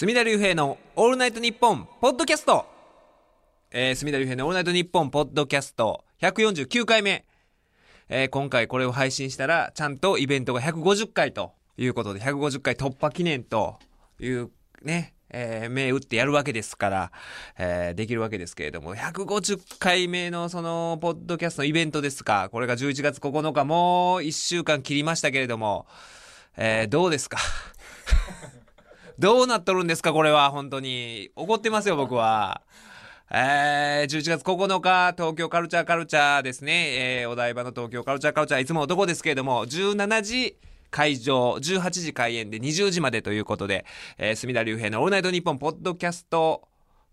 隅田隆平のオールナイトニッポンポッドキャスト、隅田隆平のオールナイトニッポンポッドキャスト149回目、今回これを配信したらちゃんとイベントが150回ということで150回突破記念というね、銘打ってやるわけですから、できるわけですけれども、150回目のそのポッドキャストのイベントですか。これが11月9日、もう1週間切りましたけれども、どうですかどうなっとるんですか。これは本当に怒ってますよ僕は。11月9日東京カルチャーですね、お台場の東京カルチャーいつものとこですけれども、17時会場18時開演で20時までということで、隅田隆平のオールナイトニッポンポッドキャスト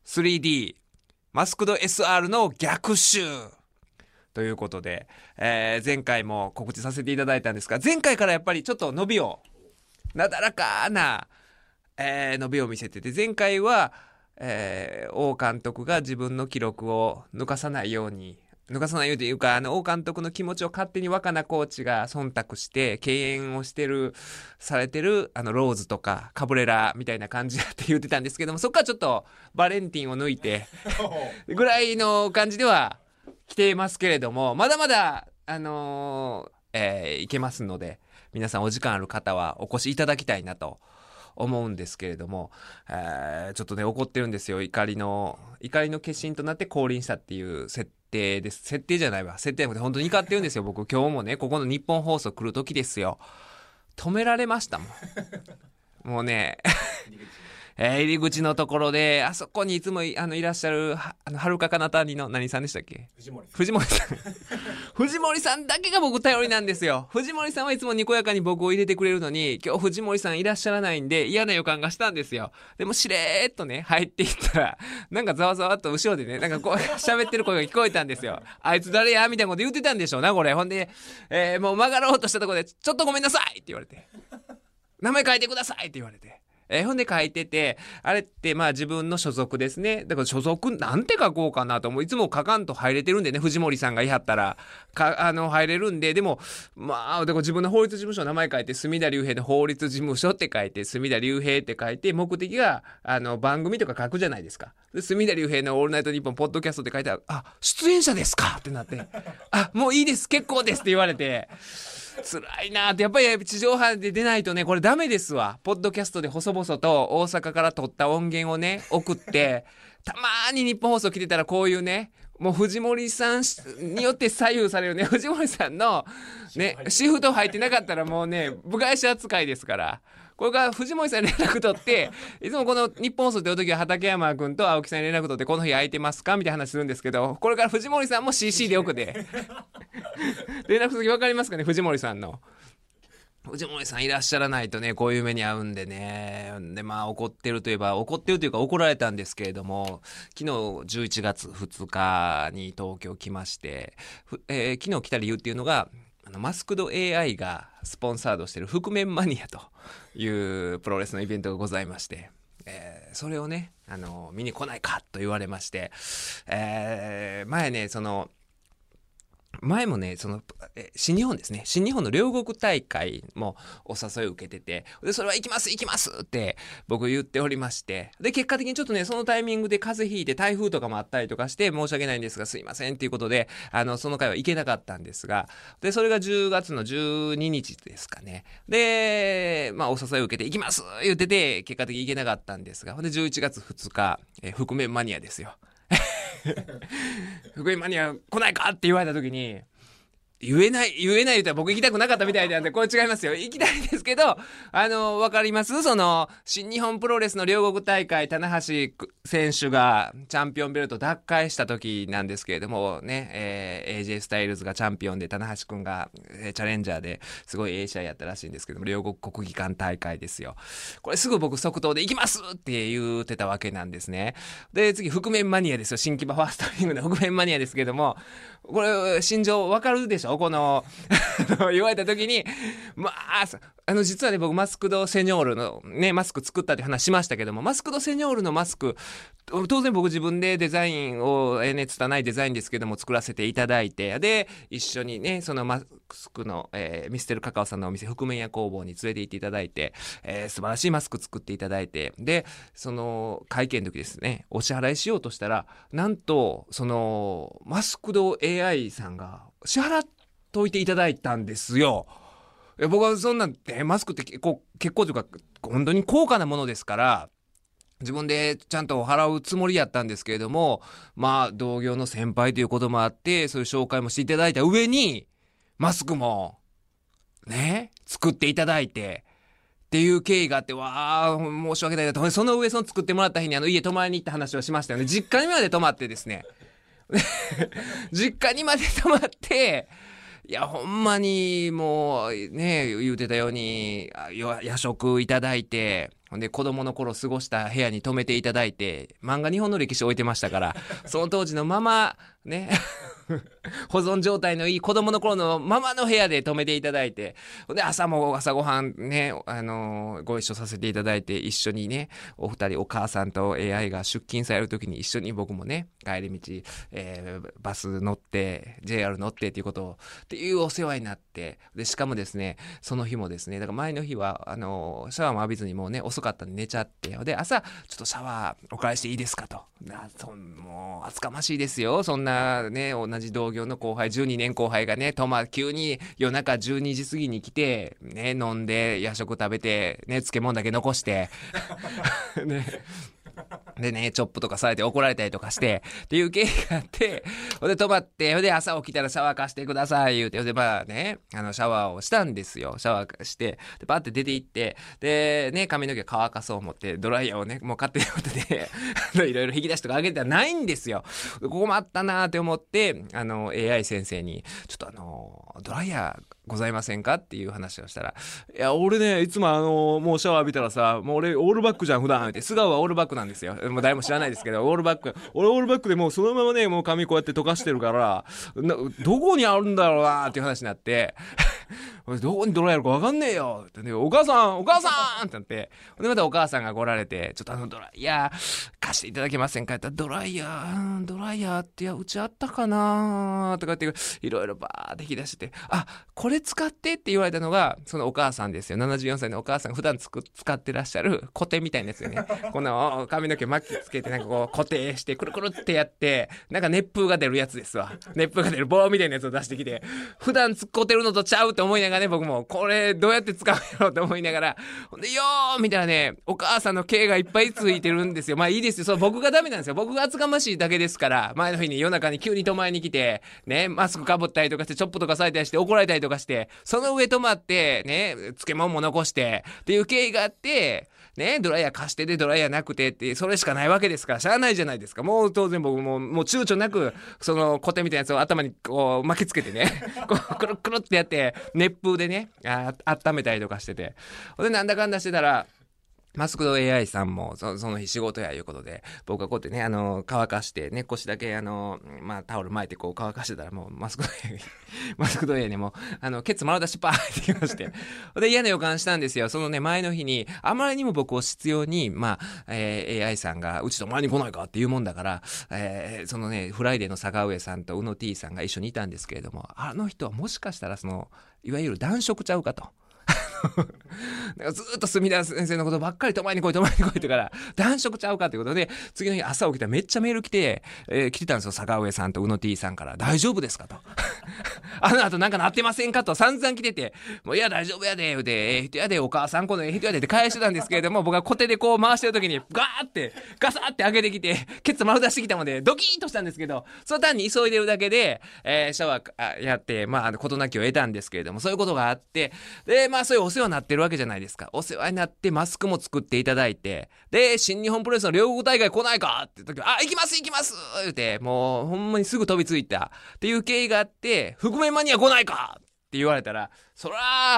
3D マスクド SR の逆襲ということで、前回も告知させていただいたんですが、前回からやっぱりちょっと伸びをなだらかな伸びを見せてて、前回は、王監督が自分の記録を抜かさないようというか、王監督の気持ちを勝手に若菜コーチが忖度して敬遠をされてるローズとかカブレラみたいな感じだって言ってたんですけども、そこからちょっとバレンティンを抜いてぐらいの感じでは来ていますけれども、まだまだいけますので、皆さんお時間ある方はお越しいただきたいなと思うんですけれども、ちょっとね怒ってるんですよ。怒りの決心となって降臨したっていう設定です。設定じゃなくて本当に怒ってるんですよ。僕今日もね、ここの日本放送来る時ですよ、止められましたもんもうね入り口のところで、あそこにいつもいらっしゃるはるか彼方にの何さんでしたっけ、藤森さん藤森さんだけが僕頼りなんですよ。藤森さんはいつもにこやかに僕を入れてくれるのに、今日藤森さんいらっしゃらないんで嫌な予感がしたんですよ。でもしれーっとね入っていったら、なんかざわざわっと後ろでね、なんかこう喋ってる声が聞こえたんですよ。あいつ誰やみたいなこと言ってたんでしょうなこれ。ほんで、もう曲がろうとしたところで、ちょっとごめんなさいって言われて、名前書いてくださいって言われて、ほんで書いてて、あれってまあ自分の所属ですね。だから所属なんて書こうかなと思う。いつも書かんと入れてるんでね、藤森さんがいはったら入れるんで。でもまあだから自分の法律事務所の名前書いて、隅田隆平の法律事務所って書いて、隅田隆平って書いて、目的が番組とか書くじゃないですか。で隅田隆平のオールナイトニッポンポッドキャストって書いてある。あ、出演者ですかってなって、あ、もういいです結構ですって言われて、辛いなって。やっぱり地上波で出ないとね、これダメですわ。ポッドキャストで細々と大阪から撮った音源をね送ってたまーに日本放送来てたら、こういうね、もう藤森さんによって左右されるね、藤森さんのねシフト入ってなかったらもうね部外者扱いですから。これから藤森さんに連絡取って、いつもこの日本放送ってお時は畠山君と青木さんに連絡取って、この日空いてますかみたいな話するんですけど、これから藤森さんも CC で奥で連絡先分かりますかね。藤森さんさんいらっしゃらないとね、こういう目に遭うんでね。でまあ怒ってるというか怒られたんですけれども、昨日11月2日に東京来まして、昨日来た理由っていうのが、マスクド AI がスポンサードしてる覆面マニアというプロレスのイベントがございまして、それをね見に来ないかと言われまして、前もね新日本ですね、新日本の両国大会もお誘いを受けてて、でそれは行きますって僕言っておりまして、で結果的にちょっとねそのタイミングで風邪ひいて台風とかもあったりとかして申し訳ないんですがすいませんっていうことでその会は行けなかったんですが、でそれが10月の12日ですかね。でまあお誘いを受けて行きます言ってて、結果的に行けなかったんですが、で11月2日、覆面マニアですよ覆面マニア来ないかって言われた時に、言えない言ったら僕行きたくなかったみたいなんで、これ違いますよ。行きたいんですけど、わかります？その新日本プロレスの両国大会、棚橋選手がチャンピオンベルト奪回した時なんですけれどもね、AJ スタイルズがチャンピオンで、棚橋くんが、チャレンジャーですごい試合やったらしいんですけども、両国国技館大会ですよ。これすぐ僕即答で行きますって言ってたわけなんですね。で次覆面マニアですよ。新木場ファーストリングの覆面マニアですけども、これ心情わかるでしょ。 とこの言われた時に、まあ、実はね、僕マスクドセニョールのね、マスク作ったって話しましたけども、マスクドセニョールのマスク、当然僕自分でデザインを、拙いデザインですけども作らせていただいて、で、一緒にね、そのマスクの、ミステルカカオさんのお店、覆面屋工房に連れて行っていただいて、素晴らしいマスク作っていただいて、で、その会見の時ですね、お支払いしようとしたら、なんと、その、マスクド AI さんが支払っといていただいたんですよ。僕はそんなんて、マスクって結構というか、本当に高価なものですから、自分でちゃんと払うつもりやったんですけれども、まあ、同業の先輩ということもあって、そういう紹介もしていただいた上に、マスクも、ね、作っていただいて、っていう経緯があって、わー、申し訳ないなと。その上、作ってもらった日に家泊まりに行った話をしましたよね。実家にまで泊まってですね。実家にまで泊まって、いや、ほんまに、もう、ね、言うてたように、夜食いただいて、ほんで、子供の頃過ごした部屋に泊めていただいて、漫画日本の歴史置いてましたから、その当時のまま、ね、保存状態のいい子供の頃のままの部屋で泊めていただいて、で、朝ごはんね、ご一緒させていただいて、一緒にね、お二人、お母さんと AI が出勤される時に一緒に僕もね、帰り道、バス乗って、JR 乗ってっていうことを、っていうお世話になって、で、しかもですね、その日もですね、だから前の日は、シャワーも浴びずにもうね、遅かったんで寝ちゃって、で、朝、ちょっとシャワーお返していいですかと。もう、厚かましいですよ。そんなね、同じ同業の後輩、12年後輩がね、急に夜中12時過ぎに来て、ね、飲んで、夜食食べて、ね、漬物だけ残して、ね。でね、チョップとかされて怒られたりとかして、っていう経緯があって、で、泊まって、で、朝起きたらシャワー貸してください、言うて、で、まあね、シャワーをしたんですよ。シャワーして、で、バーって出て行って、で、ね、髪の毛乾かそう思って、ドライヤーをね、もう勝手に持ってて、いろいろ引き出しとかあげてはないんですよ。困ったなーって思って、AI 先生に、ちょっとドライヤー、ございませんかっていう話をしたら、いや、俺ね、いつももうシャワー浴びたらさ、もう俺オールバックじゃん、普段って。素顔はオールバックなんですよ。もう誰も知らないですけど、オールバック。俺オールバックでもうそのままね、もう髪こうやって溶かしてるから、どこにあるんだろうなーっていう話になって、どこにドライヤーあるか分かんねえよって、ね、お母さんってなって、で、またお母さんが来られて、ちょっとドライヤー貸していただけませんかって言ったら、ドライヤーって、いや、うちあったかなとかって、いろいろバーって引き出してて、あ、これ使ってって言われたのが、そのお母さんですよ。74歳のお母さんが普段使ってらっしゃるコテみたいなやつよね。この髪の毛巻きつけて、なんかこう固定して、くるくるってやって、なんか熱風が出るやつですわ。熱風が出る棒みたいなやつを出してきて、普段突っ込んでるのとちゃうって思いながらね、僕も、これどうやって使うんやろうと思いながら、ほんで、よーみたいなね、お母さんの毛がいっぱいついてるんですよ。まあいいですよ。そう、僕がダメなんですよ。僕が厚かましいだけですから、前の日に夜中に急に泊まりに来て、ね、マスクかぶったりとかして、チョップとかされたりして怒られたりとかして、その上泊まって、ね、漬物も残して、っていう経緯があって、ね、ドライヤー貸してでドライヤーなくてって、それしかないわけですから、しゃあないじゃないですか。もう当然僕も躊躇なく、そのコテみたいなやつを頭にこう巻きつけてね、こうくるくるってやって、熱風でね、温めたりとかしてて。で、なんだかんだしてたら、マスクド AI さんもその日仕事やいうことで、僕がこうやってね、乾かして、ね、腰だけまあ、タオル巻いてこう乾かしてたらもうマスクド AI にも、ケツ丸出しパーってきまして。で、嫌な予感したんですよ。そのね、前の日に、あまりにも僕を必要に、まあ、AI さんが、うちと前に来ないかっていうもんだから、そのね、フライデーの坂上さんと宇野 T さんが一緒にいたんですけれども、あの人はもしかしたらいわゆる男色ちゃうかと。ずっと墨田先生のことばっかり泊まりに来いってから男色ちゃうかってことで、次の日朝起きたらめっちゃメール来てたんですよ。坂上さんと宇野 T さんから、大丈夫ですかとあの後なんかなってませんかと散々来てて、もういや大丈夫やで言うて、人やでお母さんこの人やでって返してたんですけれども、僕はコテでこう回してる時にガーってガサって上げてきて、ケツ丸出してきたのでドキーンとしたんですけど、その単に急いでるだけで、シャワーやって、まあ事なきを得たんですけれども、そういうことがあって、でまあそういうお世話になってるわけじゃないですか。お世話になってマスクも作っていただいて、で新日本プロレスの両国大会来ないかって時、行きます言うて、もうほんまにすぐ飛びついたっていう経緯があって、覆面マニア来ないかって言われたら、そら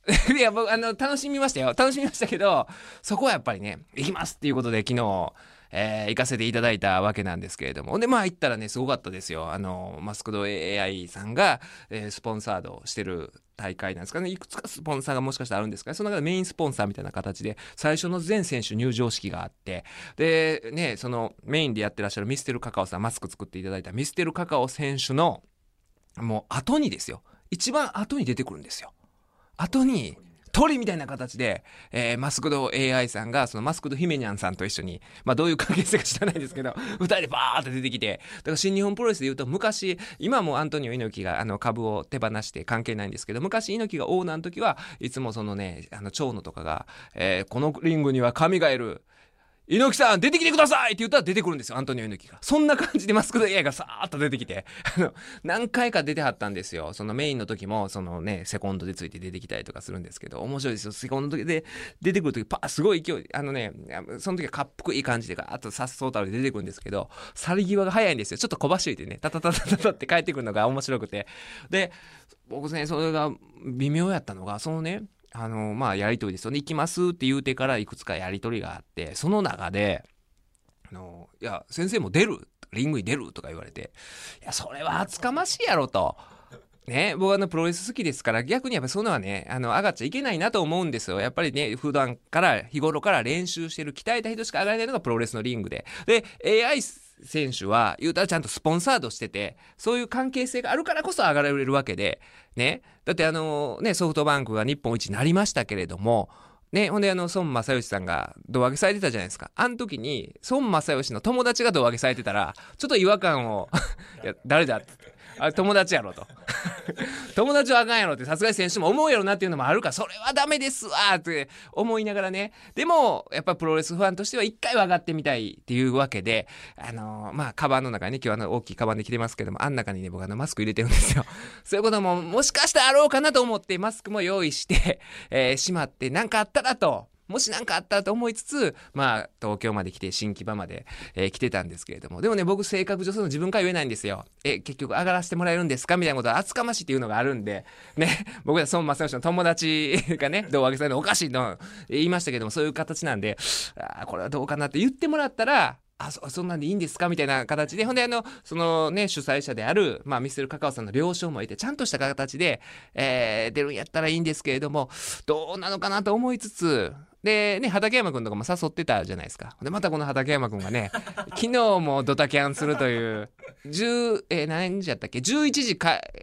いや、僕、楽しみましたよ。楽しみましたけど、そこはやっぱりね、行きますっていうことで昨日、行かせていただいたわけなんですけれども。で、まあ行ったらね、すごかったですよ。マスクド AI さんが、スポンサードしてる大会なんですかね。いくつかスポンサーがもしかしたらあるんですかね。その中でメインスポンサーみたいな形で、最初の全選手入場式があって、で、ね、そのメインでやってらっしゃるミステルカカオさん、マスク作っていただいたミステルカカオ選手の、もう後にですよ。一番後に出てくるんですよ。後に、鳥みたいな形で、マスクド AI さんが、そのマスクドヒメニャンさんと一緒に、まあどういう関係性か知らないですけど、二人でバーって出てきて、だから新日本プロレスで言うと昔、今もアントニオ猪木が株を手放して関係ないんですけど、昔猪木がオーナーの時はいつもそのね、長野とかが、このリングには神がいる。猪木さん出てきてくださいって言ったら出てくるんですよ、アントニオ猪木が。そんな感じでマスクド AI がさーっと出てきて、何回か出てはったんですよ。そのメインの時も、そのね、セコンドでついて出てきたりとかするんですけど、面白いですよ。セコンドで出てくる時、すごい勢い、その時はかっこいい感じでガーッとさっそうたるで出てくるんですけど、去り際が早いんですよ。ちょっと小走りでね、タタタタタタって帰ってくるのが面白くて。で、僕ね、それが微妙やったのが、そのね、まあ、やりとりですよね。行きますって言うてからいくつかやりとりがあって、その中で、いや、先生も出るリングに出るとか言われて、いや、それは厚かましいやろと。ね、僕はプロレス好きですから、逆にやっぱりそういうのはね、上がっちゃいけないなと思うんですよ。やっぱりね、普段から、日頃から練習してる、鍛えた人しか上がれないのがプロレスのリングで。で、AI 選手は、言うたらちゃんとスポンサードしてて、そういう関係性があるからこそ上がれるわけで、ね。だってね、ソフトバンクが日本一になりましたけれども、ね、ほんで孫正義さんが胴上げされてたじゃないですか。あの時に孫正義の友達が胴上げされてたら、ちょっと違和感をいや、誰だって。あ、友達やろと。友達はあかんやろってさすがに選手も思うやろなっていうのもあるから、それはダメですわって思いながらね。でも、やっぱプロレスファンとしては一回は上がってみたいっていうわけで、まあ、カバンの中にね、今日大きいカバンで着てますけども、あん中にね、僕マスク入れてるんですよ。そういうことももしかしたらあろうかなと思ってマスクも用意して、しまって、なんかあったらと。もし何かあったらと思いつつ、まあ、東京まで来て、新木場まで、来てたんですけれども。でもね、僕、性格上、その自分から言えないんですよ。結局上がらせてもらえるんですかみたいなことは厚かましいっていうのがあるんで、ね、僕は孫正義の友達がね、胴上げされるのおかしいと言いましたけども、そういう形なんで、これはどうかなって言ってもらったら、そんなんでいいんですかみたいな形で、ほんでそのね、主催者である、まあ、ミステルカカオさんの了承も得て、ちゃんとした形で、出るんやったらいいんですけれども、どうなのかなと思いつつ、で、ね、畠山くんとかも誘ってたじゃないですか。で、またこの畠山くんがね、昨日もドタキャンするという、何時やったっけ ?11 時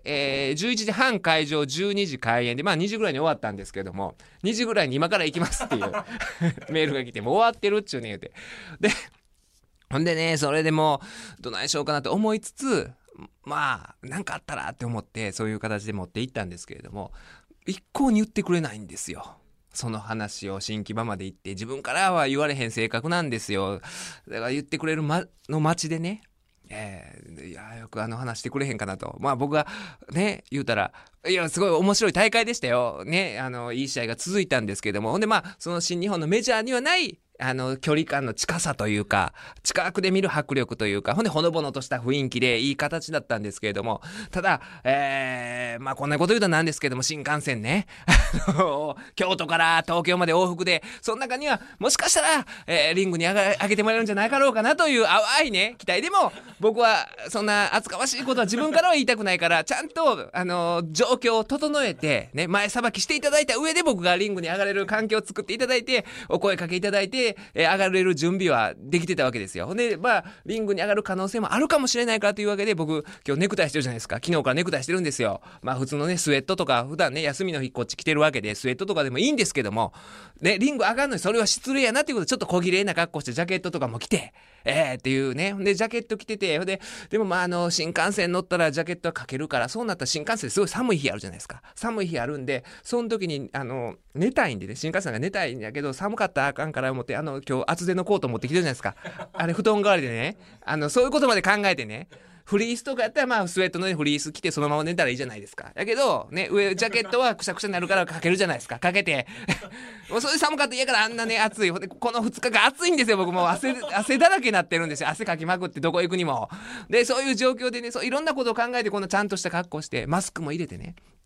11時半会場、12時開演で、まあ2時ぐらいに終わったんですけども、2時ぐらいに今から行きますっていうメールが来て、もう終わってるっちゅうね言うて。で、ほんでね、それでもどないしようかなと思いつつ、まあ、なんかあったらって思って、そういう形で持って行ったんですけれども、一向に言ってくれないんですよ。その話を新木場まで行って、自分からは言われへん性格なんですよ。だから言ってくれるの街でね、いや、よく話してくれへんかなと。まあ僕がね、言うたら、いや、すごい面白い大会でしたよ。ね、いい試合が続いたんですけども。ほんでまあ、その新日本のメジャーにはない、距離感の近さというか、近くで見る迫力というか、ほんでほのぼのとした雰囲気でいい形だったんですけれども、ただ、まあこんなこと言うとなんですけども、新幹線ね、京都から東京まで往復で、その中には、もしかしたら、リングに上げてもらえるんじゃないかろうかなという淡いね、期待でも、僕はそんな厚かましいことは自分からは言いたくないから、ちゃんと、状況を整えて、ね、前さばきしていただいた上で僕がリングに上がれる環境を作っていただいて、お声かけいただいて、上がれる準備はできてたわけですよ。で、まあ、リングに上がる可能性もあるかもしれないからというわけで、僕、今日ネクタイしてるじゃないですか。昨日からネクタイしてるんですよ。まあ、普通のね、スウェットとか、普段ね、休みの日こっち来てるわけで、スウェットとかでもいいんですけども、ね、リング上がるのにそれは失礼やなっていうことで、ちょっと小綺麗な格好して、ジャケットとかも着て、っていうね。で、ジャケット着てて、でもまあ、新幹線乗ったらジャケットはかけるから、そうなったら新幹線ですごい寒い日あるじゃないですか。寒い日あるんで、その時に、寝たいんでね、新幹線が寝たいんだけど、寒かったらあかんから思って、今日厚手のコート持ってきてるじゃないですか。あれ、布団代わりでね、そういうことまで考えてね、フリースとかやったらまあスウェットのフリース着てそのまま寝たらいいじゃないですか。だけどね、上ジャケットはくしゃくしゃになるからかけるじゃないですか。かけてもうそれ寒かった嫌からあんなね暑い。この2日が暑いんですよ。僕もう汗だらけになってるんですよ。汗かきまくってどこ行くにも。でそういう状況でね、いろんなことを考えてこのちゃんとした格好してマスクも入れてね。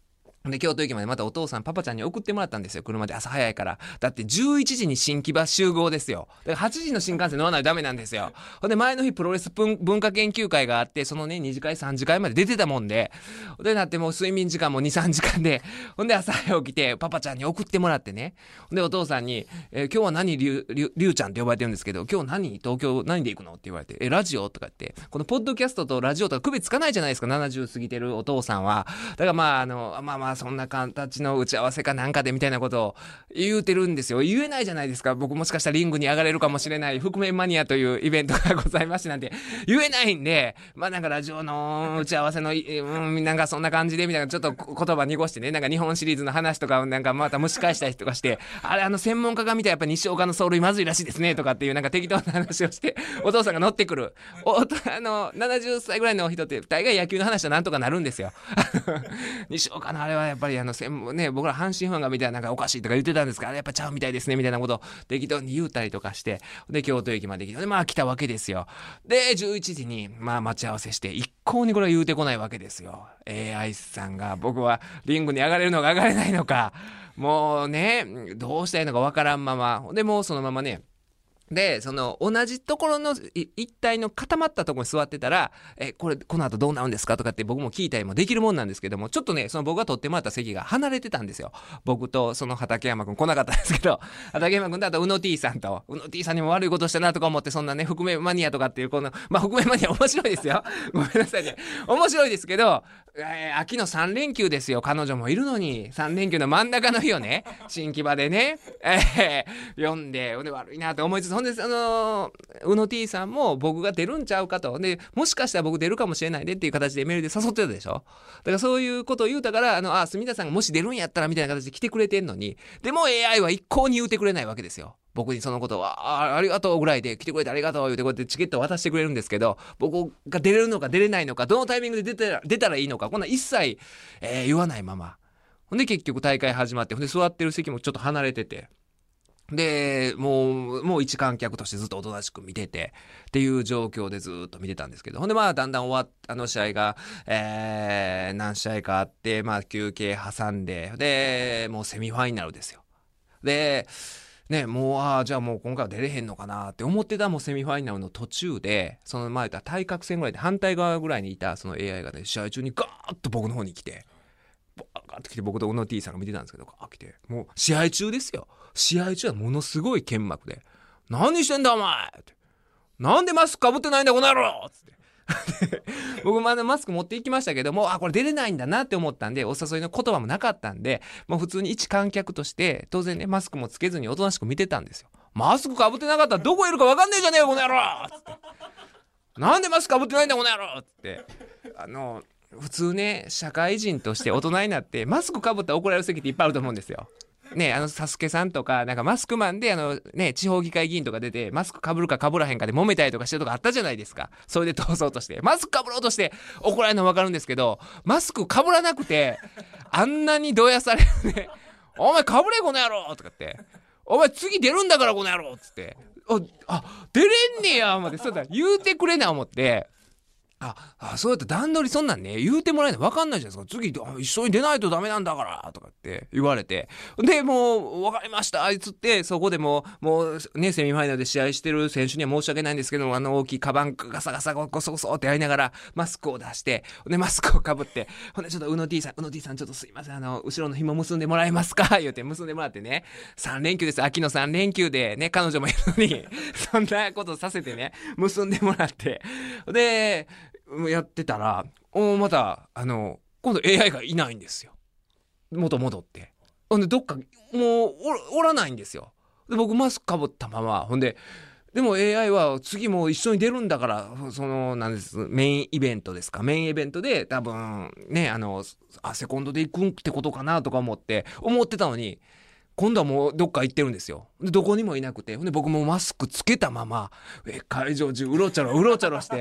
で、京都駅までまたお父さん、パパちゃんに送ってもらったんですよ。車で朝早いから。だって11時に新木場集合ですよ。だから8時の新幹線乗らないとダメなんですよ。ほんで、前の日プロレス文化研究会があって、そのね、2次会3次会まで出てたもんで、で、なってもう睡眠時間も2、3時間で、ほんで朝早起きて、パパちゃんに送ってもらってね。ほんで、お父さんに、今日は何、りゅうちゃんって呼ばれてるんですけど、今日東京何で行くのって言われて、ラジオとか言って、このポッドキャストとラジオとか区別つかないじゃないですか、70過ぎてるお父さんは。だからまあ、そんな形の打ち合わせかなんかでみたいなことを言うてるんですよ。言えないじゃないですか。僕もしかしたらリングに上がれるかもしれない覆面マニアというイベントがございましてなんて言えないんで、まあなんかラジオの打ち合わせの、なんかそんな感じでみたいなちょっと言葉濁してね、なんか日本シリーズの話とかをなんかまた蒸し返したりとかして、あれ専門家が見たらやっぱ西岡の走塁まずいらしいですねとかっていうなんか適当な話をしてお父さんが乗ってくる。70歳ぐらいの人って大概野球の話はなんとかなるんですよ。西岡のあれはやっぱりね、僕ら阪神ファンが見たらなんかおかしいとか言ってたんですから、やっぱちゃうみたいですねみたいなことを適当に言うたりとかして、で京都駅まで来て、でまあ来たわけですよ。で11時にまあ待ち合わせして一向にこれは言うてこないわけですよ。AI さんが僕はリングに上がれるのか上がれないのか、もうねどうしたらいいのかわからんままで、もうそのままね、で、その同じところの一体の固まったところに座ってたら、この後どうなるんですかとかって僕も聞いたりもできるもんなんですけども、ちょっとね、その僕が取ってもらった席が離れてたんですよ。僕とその畠山くん来なかったんですけど、畠山くんとあと宇野 T さんと、宇野 T さんにも悪いことしたなとか思って、そんなね、覆面マニアとかっていうこの、まあ覆面マニア面白いですよ。ごめんなさいね。面白いですけど、秋の3連休ですよ。彼女もいるのに、3連休の真ん中の日をね、新木場でね、読んで、悪いなと思いつつ、ほんで、宇野 T さんも僕が出るんちゃうかと。で、もしかしたら僕出るかもしれないでっていう形でメールで誘ってたでしょ。だからそういうことを言うたから、住田さんがもし出るんやったらみたいな形で来てくれてんのに、でも AI は一向に言うてくれないわけですよ。僕にそのことは、ありがとうぐらいで来てくれてありがとう言うてこうやってチケットを渡してくれるんですけど、僕が出れるのか出れないのか、どのタイミングで出たらいいのか、こんな一切、言わないまま。ほんで結局大会始まって、ほんで座ってる席もちょっと離れてて、で、もう一観客としてずっとおとなしく見ててっていう状況でずっと見てたんですけど、ほんでまあだんだん試合が、何試合かあって、まあ休憩挟んで、で、もうセミファイナルですよ。で、ね、もう、じゃあもう今回は出れへんのかなって思ってたもうセミファイナルの途中で、その前言った対角線ぐらいで反対側ぐらいにいたその AI がね、試合中にガーッと僕の方に来て、ガーッと来て僕と宇野 T さんが見てたんですけど、ガーッ来て、もう試合中ですよ。試合中はものすごい剣幕で、何してんだお前って。なんでマスクかぶってないんだこの野郎つって。僕まだマスク持っていきましたけども、これ出れないんだなって思ったんで、お誘いの言葉もなかったんで、もう普通に一観客として当然ね、マスクもつけずにおとなしく見てたんですよ。マスクかぶってなかったらどこいるか分かんねえじゃねえよこの野郎つって。なんでマスクかぶってないんだこの野郎つって。普通ね、社会人として大人になってマスクかぶったら怒られる席っていっぱいあると思うんですよ。ね、サスケさんとか、なんかマスクマンでね、地方議会議員とか出て、マスク被るか被らへんかで揉めたりとかしてるとかあったじゃないですか。それで通そうとして。マスク被ろうとして怒られるの分かるんですけど、マスク被らなくて、あんなにどやされるね。お前被れこの野郎とかって。お前次出るんだからこの野郎つって。出れんねや思って、そうだ、言うてくれな思って。そうやって段取りそんなんね、言うてもらえない分かんないじゃないですか。次、一緒に出ないとダメなんだから、とかって言われて。で、もう、分かりました、つって、そこでもうね、セミファイナルで試合してる選手には申し訳ないんですけども、大きいカバンガサガサゴソゴソってやりながら、マスクを出して、で、マスクをかぶって、ほんで、ちょっと宇野 T さん、ちょっとすいません、後ろの紐結んでもらえますか言うて、結んでもらってね、3連休です、秋の3連休で、ね、彼女もいるのに、そんなことさせてね、結んでもらって、で、やってたら、また、今度 AI がいないんですよ。戻って。ほんで、どっか、もう、おらないんですよ。で、僕マスクかぶったまま、ほんで、でも AI は次も一緒に出るんだから、なんです、メインイベントですか。メインイベントで多分、ね、セコンドで行くんってことかなとか思ってたのに、今度はもうどっか行ってるんですよ。で、どこにもいなくて。で、僕もマスクつけたまま、会場中うろちょろして、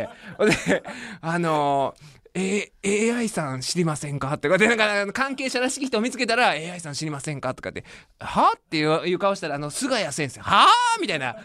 で、AI さん知りませんかってかで、なんか関係者らしき人を見つけたら AI さん知りませんかとかって、はっていう顔したら菅谷先生、はみたいな。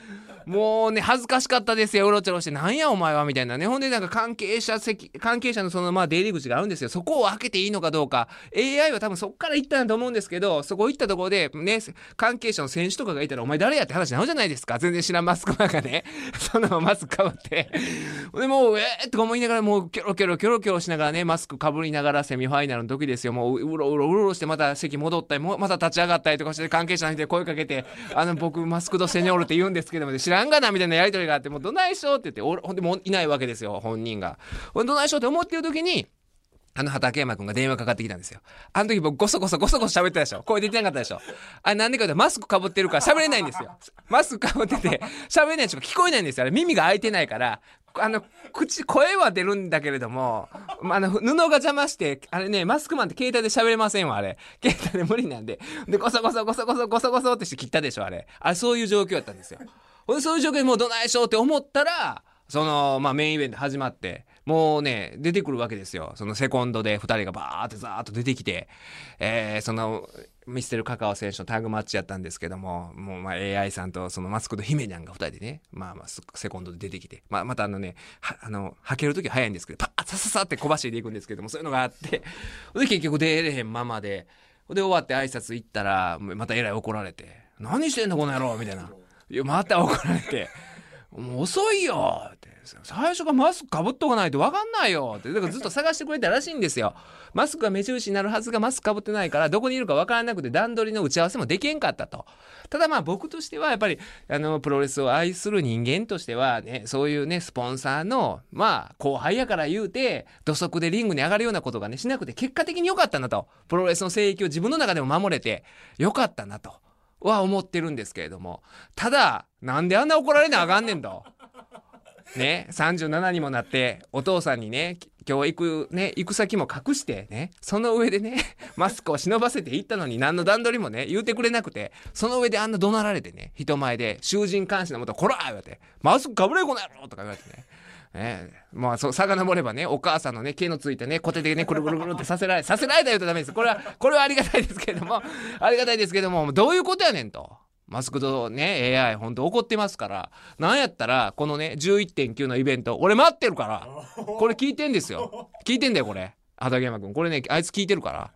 もうね、恥ずかしかったですよ、うろちょろして。なんやお前はみたいなね。ほんでなんか関係者のその出入り口があるんですよ。そこを開けていいのかどうか。AI は多分そっから行ったんだと思うんですけど、そこ行ったところで、ね、関係者の選手とかがいたら、お前誰やって話になるじゃないですか。全然知らんマスクマンがね。そのマスクかぶって。で、もう、とか思いながら、もう、キョロキョロしながらね、マスクかぶりながらセミファイナルの時ですよ。もう、うろうろしてまた席戻ったり、また立ち上がったりとかして、関係者の人で声かけて、僕、マスクドセニョールって言うんですけども、知らんがなみたいなやりとりがあって、もうどないしょって言って、ほんでもういないわけですよ、本人が。どないしょって思ってる時に、畠山くんが電話かかってきたんですよ。あの時僕ゴソゴソ喋ってたでしょ。声出てなかったでしょ。なんでかってマスクかぶってるから喋れないんですよ。マスクかぶってて喋れないしか聞こえないんですよ。あれ耳が開いてないから、声は出るんだけれども、布が邪魔して、あれね、マスクマンって携帯で喋れませんわ、あれ。携帯で無理なんで。で、ゴソゴソってして切ったでしょ、あれ。そういう状況やったんですよ。ほんで、そういう状況でもうどないしょって思ったら、メインイベント始まって、もうね、出てくるわけですよ。そのセコンドで2人がバーってザーッと出てきて、ミステルカカオ選手のタッグマッチやったんですけども、もうAI さんとそのマスクと姫ニャンが2人でね、セコンドで出てきて、また履けるときは早いんですけど、パッササって小走りでいくんですけども、そういうのがあって、で、結局出れへんままで、終わって挨拶行ったら、またえらい怒られて、何してんのこの野郎みたいな。いや、また怒られて、もう遅いよって。最初からマスクかぶっとかないと分かんないよって。だからずっと探してくれたらしいんですよ。マスクが目印になるはずがマスクかぶってないから、どこにいるか分からなくて段取りの打ち合わせもできんかったと。ただ僕としてはやっぱりプロレスを愛する人間としてはね、そういうねスポンサーの後輩やから言うて土足でリングに上がるようなことがねしなくて結果的に良かったなと。プロレスの聖域を自分の中でも守れて良かったなとは思ってるんですけれども、ただなんであんな怒られなあかんねんと。ね、37にもなってお父さんにね今日行く先も隠してね、その上でねマスクを忍ばせて行ったのに何の段取りもね言うてくれなくて、その上であんな怒鳴られてね、人前で囚人監視のもとこら言われて、マスクかぶれこの野郎とか言われてね、遡ればね、お母さんのね毛のついたねコテでねくるくるくるってさせられたら言うとダメです。これはありがたいですけどもどういうことやねんと。マスクとね AI ほんと怒ってますから、なんやったらこのね 11.9 のイベント俺待ってるから、これ聞いてんですよ。聞いてんだよこれ、畠山くんこれね、あいつ聞いてるから、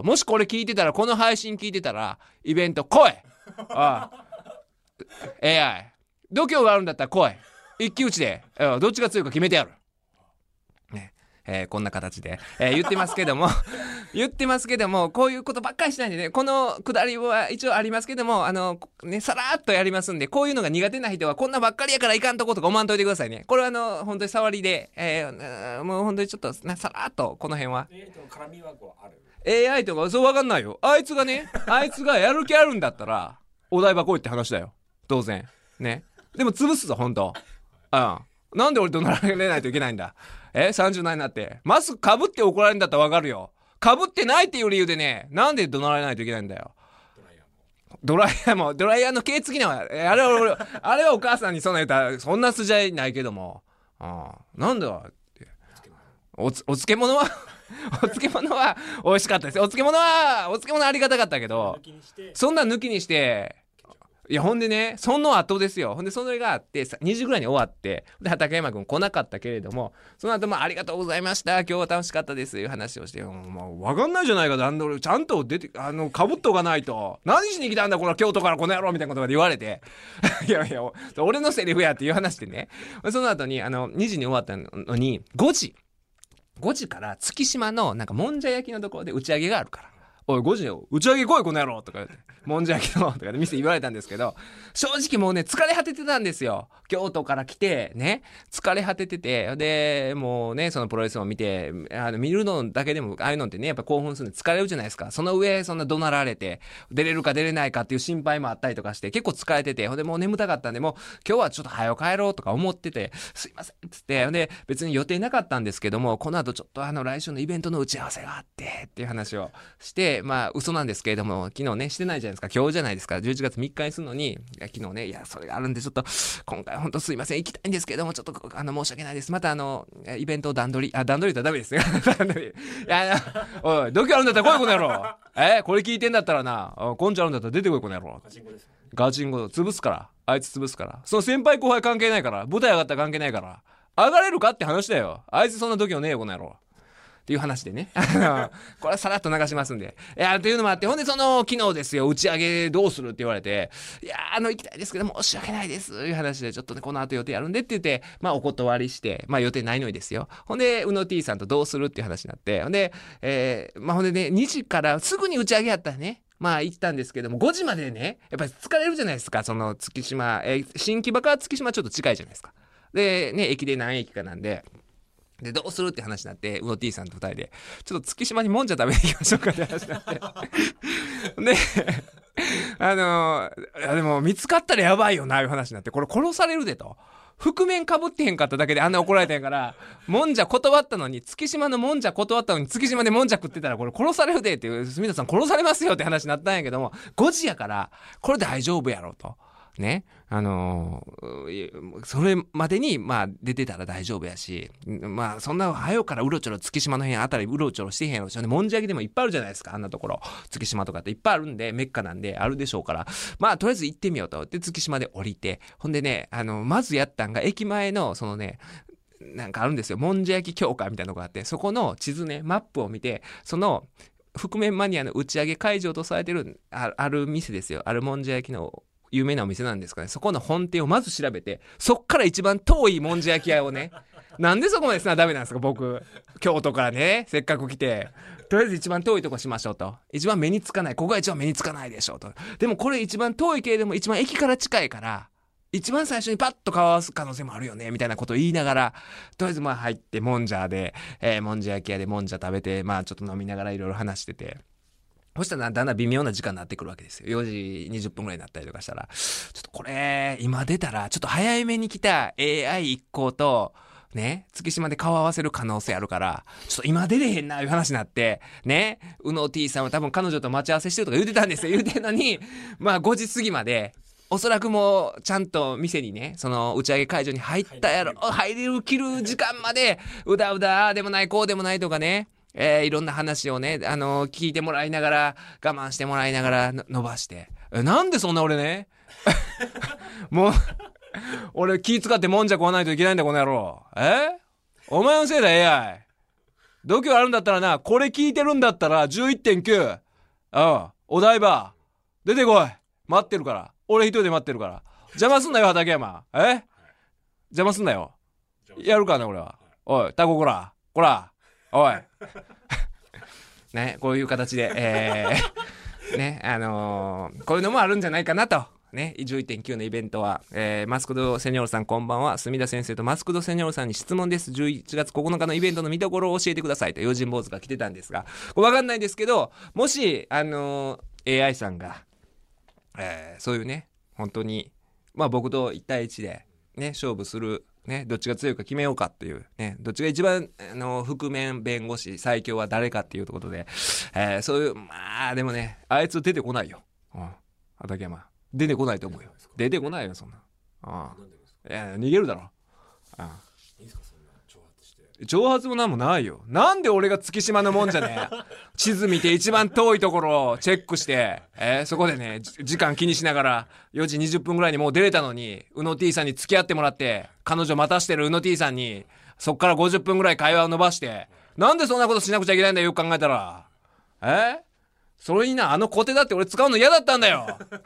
もしこれ聞いてたら、この配信聞いてたらイベント来い。AI 度胸があるんだったら来い、一騎打ちでどっちが強いか決めてやるね。こんな形で、言ってますけどもこういうことばっかりしないんでね、このくだりは一応ありますけども、さらっとやりますんで、こういうのが苦手な人はこんなばっかりやからいかんとことか思わんといてくださいね。これは本当に触りで、もう本当にちょっとさらっとこの辺は絡み枠はある。 AI とかそう分かんないよ。あいつがやる気あるんだったらお台場来いって話だよ、当然ね。でも潰すぞ本当。なんで俺怒鳴られないといけないんだ。37になってマスクかぶって怒られるんだったら分かるよ。かぶってないっていう理由でね、なんで怒鳴られないといけないんだよ。ドライヤーの毛付きなあれはお母さんにそんな言ったらそんな筋合いないけども、なんだってお漬物はお漬物は美味しかったです。お漬物ありがたかったけど、そんな抜きにしていやほんでね、その後ですよ。ほんでそれがあって2時ぐらいに終わって、で畠山くん来なかったけれども、その後ありがとうございました、今日は楽しかったですいう話をして、もう分かんないじゃないか、段取りちゃんと出てかぶっとかないと、何しに来たんだこの京都からこの野郎みたいなことが言われていや俺のセリフやっていう話でね。その後に2時に終わったのに5時から月島のなんかもんじゃ焼きのところで打ち上げがあるから、おい5時よ打ち上げ来いこの野郎とか言って、もんじゃ焼きのとかで店言われたんですけど、正直もうね疲れ果ててたんですよ。京都から来てね、疲れ果ててて、でもうねそのプロレスを見て見るのだけでもああいうのってねやっぱ興奮するんで疲れるじゃないですか。その上そんな怒鳴られて出れるか出れないかっていう心配もあったりとかして結構疲れてて、ほんでもう眠たかったんで、もう今日はちょっと早く帰ろうとか思ってて、すいませんっつって、で別に予定なかったんですけども、この後ちょっと来週のイベントの打ち合わせがあってっていう話をして、嘘なんですけれども昨日ねしてないじゃないですか。今日じゃないですか、11月3日にするのに、昨日ねそれがあるんでちょっと今回本当すいません行きたいんですけども、ちょっと申し訳ないです。またイベント段取りとはダメですよおい度胸あるんだったら来いこの野郎これ聞いてんだったらな、根性あるんだったら出てこいこの野郎。ガチンコです、ガチンコ潰すからあいつ潰すから。その先輩後輩関係ないから。舞台上がったら関係ないから。上がれるかって話だよ。あいつそんな度胸ねえよ、この野郎。っていう話でね。これはさらっと流しますんで。いや、というのもあって、ほんで昨日ですよ、打ち上げどうするって言われて、いや、行きたいですけど、申し訳ないです。いう話で、ちょっとね、この後予定あるんでって言って、お断りして、予定ないのにですよ。ほんで、宇野 T さんとどうするっていう話になって、ほんで、ほんでね、2時からすぐに打ち上げやったらね、行ったんですけども、5時までね、やっぱり疲れるじゃないですか、その月島、新木場から月島ちょっと近いじゃないですか。で、ね、駅で何駅かなんで、で、どうするって話になって、うの T さんと二人で、ちょっと月島にもんじゃ食べに行きましょうかって話になって。で、でも見つかったらやばいよな、いう話になって、これ殺されるでと。覆面被ってへんかっただけであんな怒られたんやから、もんじゃ断ったのに、月島のもんじゃ断ったのに、月島でもんじゃ食ってたらこれ殺されるでっていう、住田さん殺されますよって話になったんやけども、5時やから、これ大丈夫やろと。ね。それまでに、出てたら大丈夫やし、そんな早うからうろちょろ月島の辺あたりうろちょろしてへんやろし、もんじゃ焼きでもいっぱいあるじゃないですか、あんなところ。月島とかっていっぱいあるんで、メッカなんであるでしょうから、とりあえず行ってみようと。で、月島で降りて、ほんでね、まずやったんが、駅前の、なんかあるんですよ。もんじゃ焼き協会みたいなのがあって、そこの地図ね、マップを見て、覆面マニアの打ち上げ会場とされてる、ある店ですよ。あるもんじゃ焼きの、有名なお店なんですかね。そこの本店をまず調べて、そっから一番遠いもんじゃ焼き屋をね、なんでそこまですなダメなんですか、僕。京都からね、せっかく来て。とりあえず一番遠いとこしましょうと。一番目につかない。ここが一番目につかないでしょうと。でもこれ一番遠いけれども、一番駅から近いから、一番最初にパッと顔合わす可能性もあるよね、みたいなことを言いながら、とりあえず入って、もんじゃで、もんじゃ焼き屋でもんじゃ食べて、ちょっと飲みながらいろいろ話してて。そしたらだんだん微妙な時間になってくるわけですよ。4時20分ぐらいになったりとかしたら、ちょっとこれ、今出たら、ちょっと早めに来た AI 一行と、ね、月島で顔合わせる可能性あるから、ちょっと今出れへんな、いう話になって、ね、うの T さんは多分彼女と待ち合わせしてるとか言うてたんですよ。言うてんのに、5時過ぎまで、おそらくもう、ちゃんと店にね、その打ち上げ会場に入ったやろ、入れる、切る時間まで、うだうだ、ああでもない、こうでもないとかね、いろんな話をね、聞いてもらいながら、我慢してもらいながら伸ばして。なんでそんな俺ね、もう、俺気使ってもんじゃ食わないといけないんだ、この野郎。お前のせいだ、AI。度胸あるんだったらな、これ聞いてるんだったら、11.9。お台場。出てこい。待ってるから。俺一人で待ってるから。邪魔すんなよ、畠山。邪魔すんなよ。やるからね、俺は。おい、タコこら。こら。おい。ね、こういう形で、ね、こういうのもあるんじゃないかなと。ね、11.9 のイベントは、マスクドセニョールさんこんばんは。墨田先生とマスクドセニョールさんに質問です。11月9日のイベントの見どころを教えてくださいと、用心坊主が来てたんですが、わかんないですけど、もし、AI さんが、そういうね、本当に、僕と1対1で、ね、勝負する、ね、どっちが強いか決めようかっていう、ね、どっちが一番、覆面弁護士最強は誰かっていうことで、そういう、でもね、あいつ出てこないよ。畠山。出てこないと思うよ。出てこないよ、そんな。いや、逃げるだろ。いいですか、そんな挑発して。挑発もなんもないよ。なんで俺が月島のもんじゃね、地図見て一番遠いところをチェックして、そこでね、時間気にしながら、4時20分ぐらいにもう出れたのに、うの T さんに付き合ってもらって、彼女待たしてるうの T さんに、そっから50分ぐらい会話を伸ばして、なんでそんなことしなくちゃいけないんだよ、よく考えたら。それにな、コテだって俺使うの嫌だったんだよ。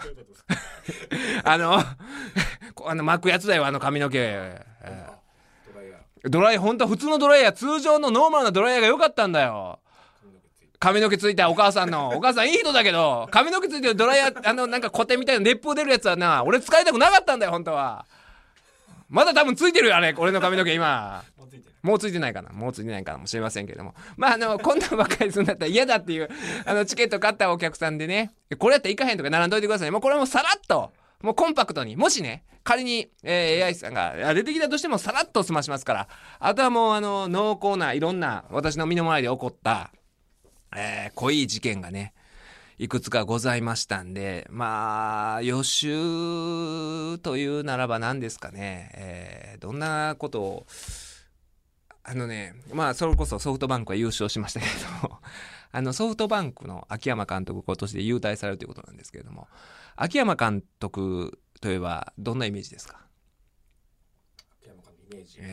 巻くやつだよ、髪の毛。ドライヤー、本当は普通のドライヤー、通常のノーマルなドライヤーが良かったんだよ。髪の毛ついたお母さんの。お母さんいい人だけど、髪の毛ついてるドライヤー、なんかコテみたいな熱風出るやつはな、俺使いたくなかったんだよ、本当は。まだ多分ついてるよ、あれ、俺の髪の毛今。もうついてないかな。もうついてないかもしれませんけれども。こんなんばっかりするんだったら嫌だっていう、チケット買ったお客さんでね、これやったら行かへんとかならんといてくださいね。もうこれもさらっと、もうコンパクトに、もしね、仮に、AI さんが出てきたとしてもさらっと済ましますから、あとはもう濃厚ないろんな私の身の回りで起こった、濃い事件がね、いくつかございましたんで、予習というならば何ですかね、どんなことを、それこそソフトバンクは優勝しましたけれども、 ソフトバンクの秋山監督今年で優退されるということなんですけれども、秋山監督といえばどんなイメージですか？ 秋山監督イメージ、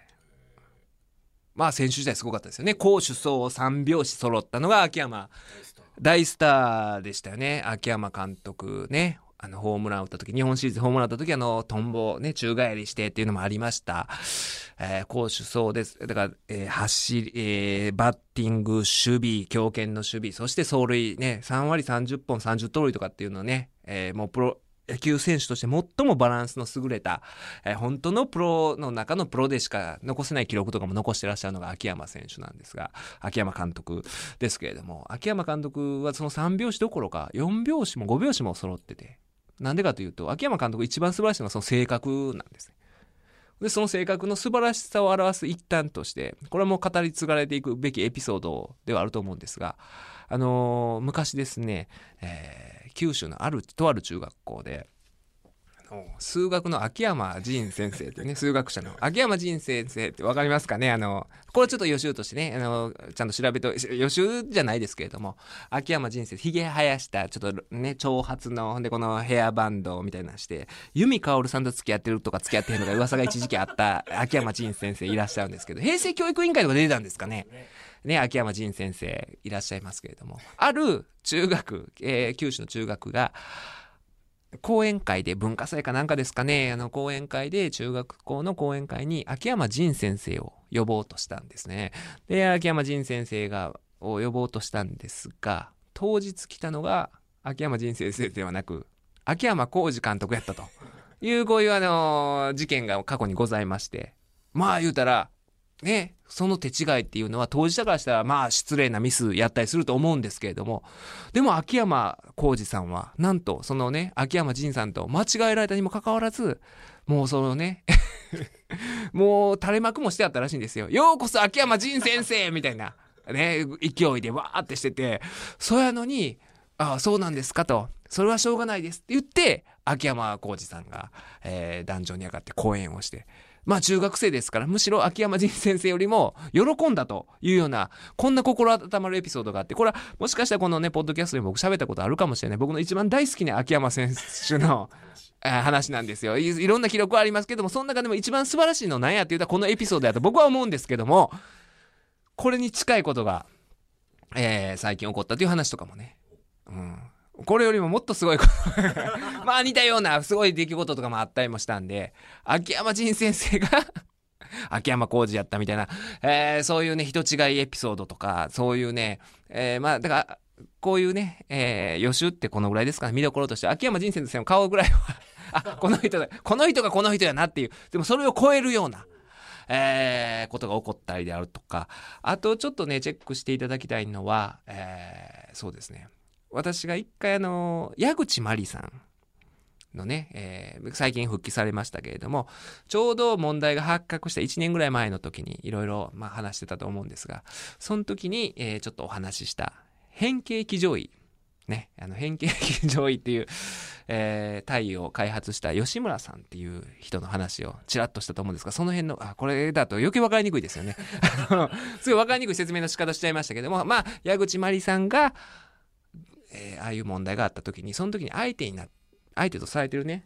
まあ選手時代すごかったですよね。攻守走三拍子揃ったのが秋山大スターでしたよね。秋山監督ね、ホームラン打った時、日本シリーズホームラン打った時トンボね宙返りしてっていうのもありました。攻守走です。だから、走り、バッティング、守備、強肩の守備、そして走塁ね、3割30本30盗塁とかっていうのをね、もうプロ野球選手として最もバランスの優れた、本当のプロの中のプロでしか残せない記録とかも残してらっしゃるのが秋山選手なんですが、秋山監督ですけれども、秋山監督はその3拍子どころか4拍子も5拍子も揃ってて、なんでかというと、秋山監督一番素晴らしいのはその性格なんですね。で、その性格の素晴らしさを表す一端として、これはもう語り継がれていくべきエピソードではあると思うんですが、昔ですね、九州のとある中学校で、数学の秋山仁先生っていうね、数学者の秋山仁先生ってわかりますかね。これちょっと予習としてね、ちゃんと調べて、予習じゃないですけれども、秋山仁先生、ひげ生やした、ちょっとね、長髪の、で、このヘアバンドみたいなのして、由美かおるさんと付き合ってるとか付き合ってへんのが噂が一時期あった秋山仁先生いらっしゃるんですけど、平成教育委員会とか出てたんですかね。ね、秋山仁先生いらっしゃいますけれども、ある中学、九州の中学が、講演会で文化祭かなんかですかね、講演会で中学校の講演会に秋山仁先生を呼ぼうとしたんですね。で、秋山仁先生を呼ぼうとしたんですが、当日来たのが秋山仁先生ではなく秋山浩二監督やったというこういう事件が過去にございまして、まあ言うたらね、その手違いっていうのは当事者からしたらまあ失礼なミスやったりすると思うんですけれども、でも秋山浩二さんはなんとそのね、秋山仁さんと間違えられたにもかかわらず、もうそのねもう垂れ幕もしてあったらしいんですよ。ようこそ秋山仁先生みたいなね、勢いでわーってしてて、そうやのに、ああそうなんですかと、それはしょうがないですって言って秋山浩二さんが、壇上に上がって講演をして、まあ中学生ですから、むしろ秋山仁先生よりも喜んだというような、こんな心温まるエピソードがあって、これはもしかしたらこのね、ポッドキャストで僕喋ったことあるかもしれない。僕の一番大好きな秋山選手の話なんですよ。いろんな記録はありますけども、その中でも一番素晴らしいの何やって言ったらこのエピソードやと僕は思うんですけども、これに近いことが、最近起こったという話とかもね。これよりももっとすごいことまあ似たようなすごい出来事とかもあったりもしたんで、秋山仁先生が秋山浩二やったみたいな、そういうね人違いエピソードとか、そういうね、まあだからこういうね、予習ってこのぐらいですかね。見どころとして秋山仁先生の顔ぐらいはあ、この人がこの人やなっていう、でもそれを超えるようなことが起こったりであるとか、あとちょっとねチェックしていただきたいのは、そうですね、私が一回矢口真理さんのね、最近復帰されましたけれども、ちょうど問題が発覚した1年ぐらい前の時にいろいろ話してたと思うんですが、その時に、ちょっとお話しした変形気上位ね、変形気上位っていう、体を開発した吉村さんっていう人の話をちらっとしたと思うんですが、その辺のこれだと余計分かりにくいですよねすごい分かりにくい説明の仕方しちゃいましたけども、まあ矢口真理さんがああいう問題があった時に、その時に相手とされてるね、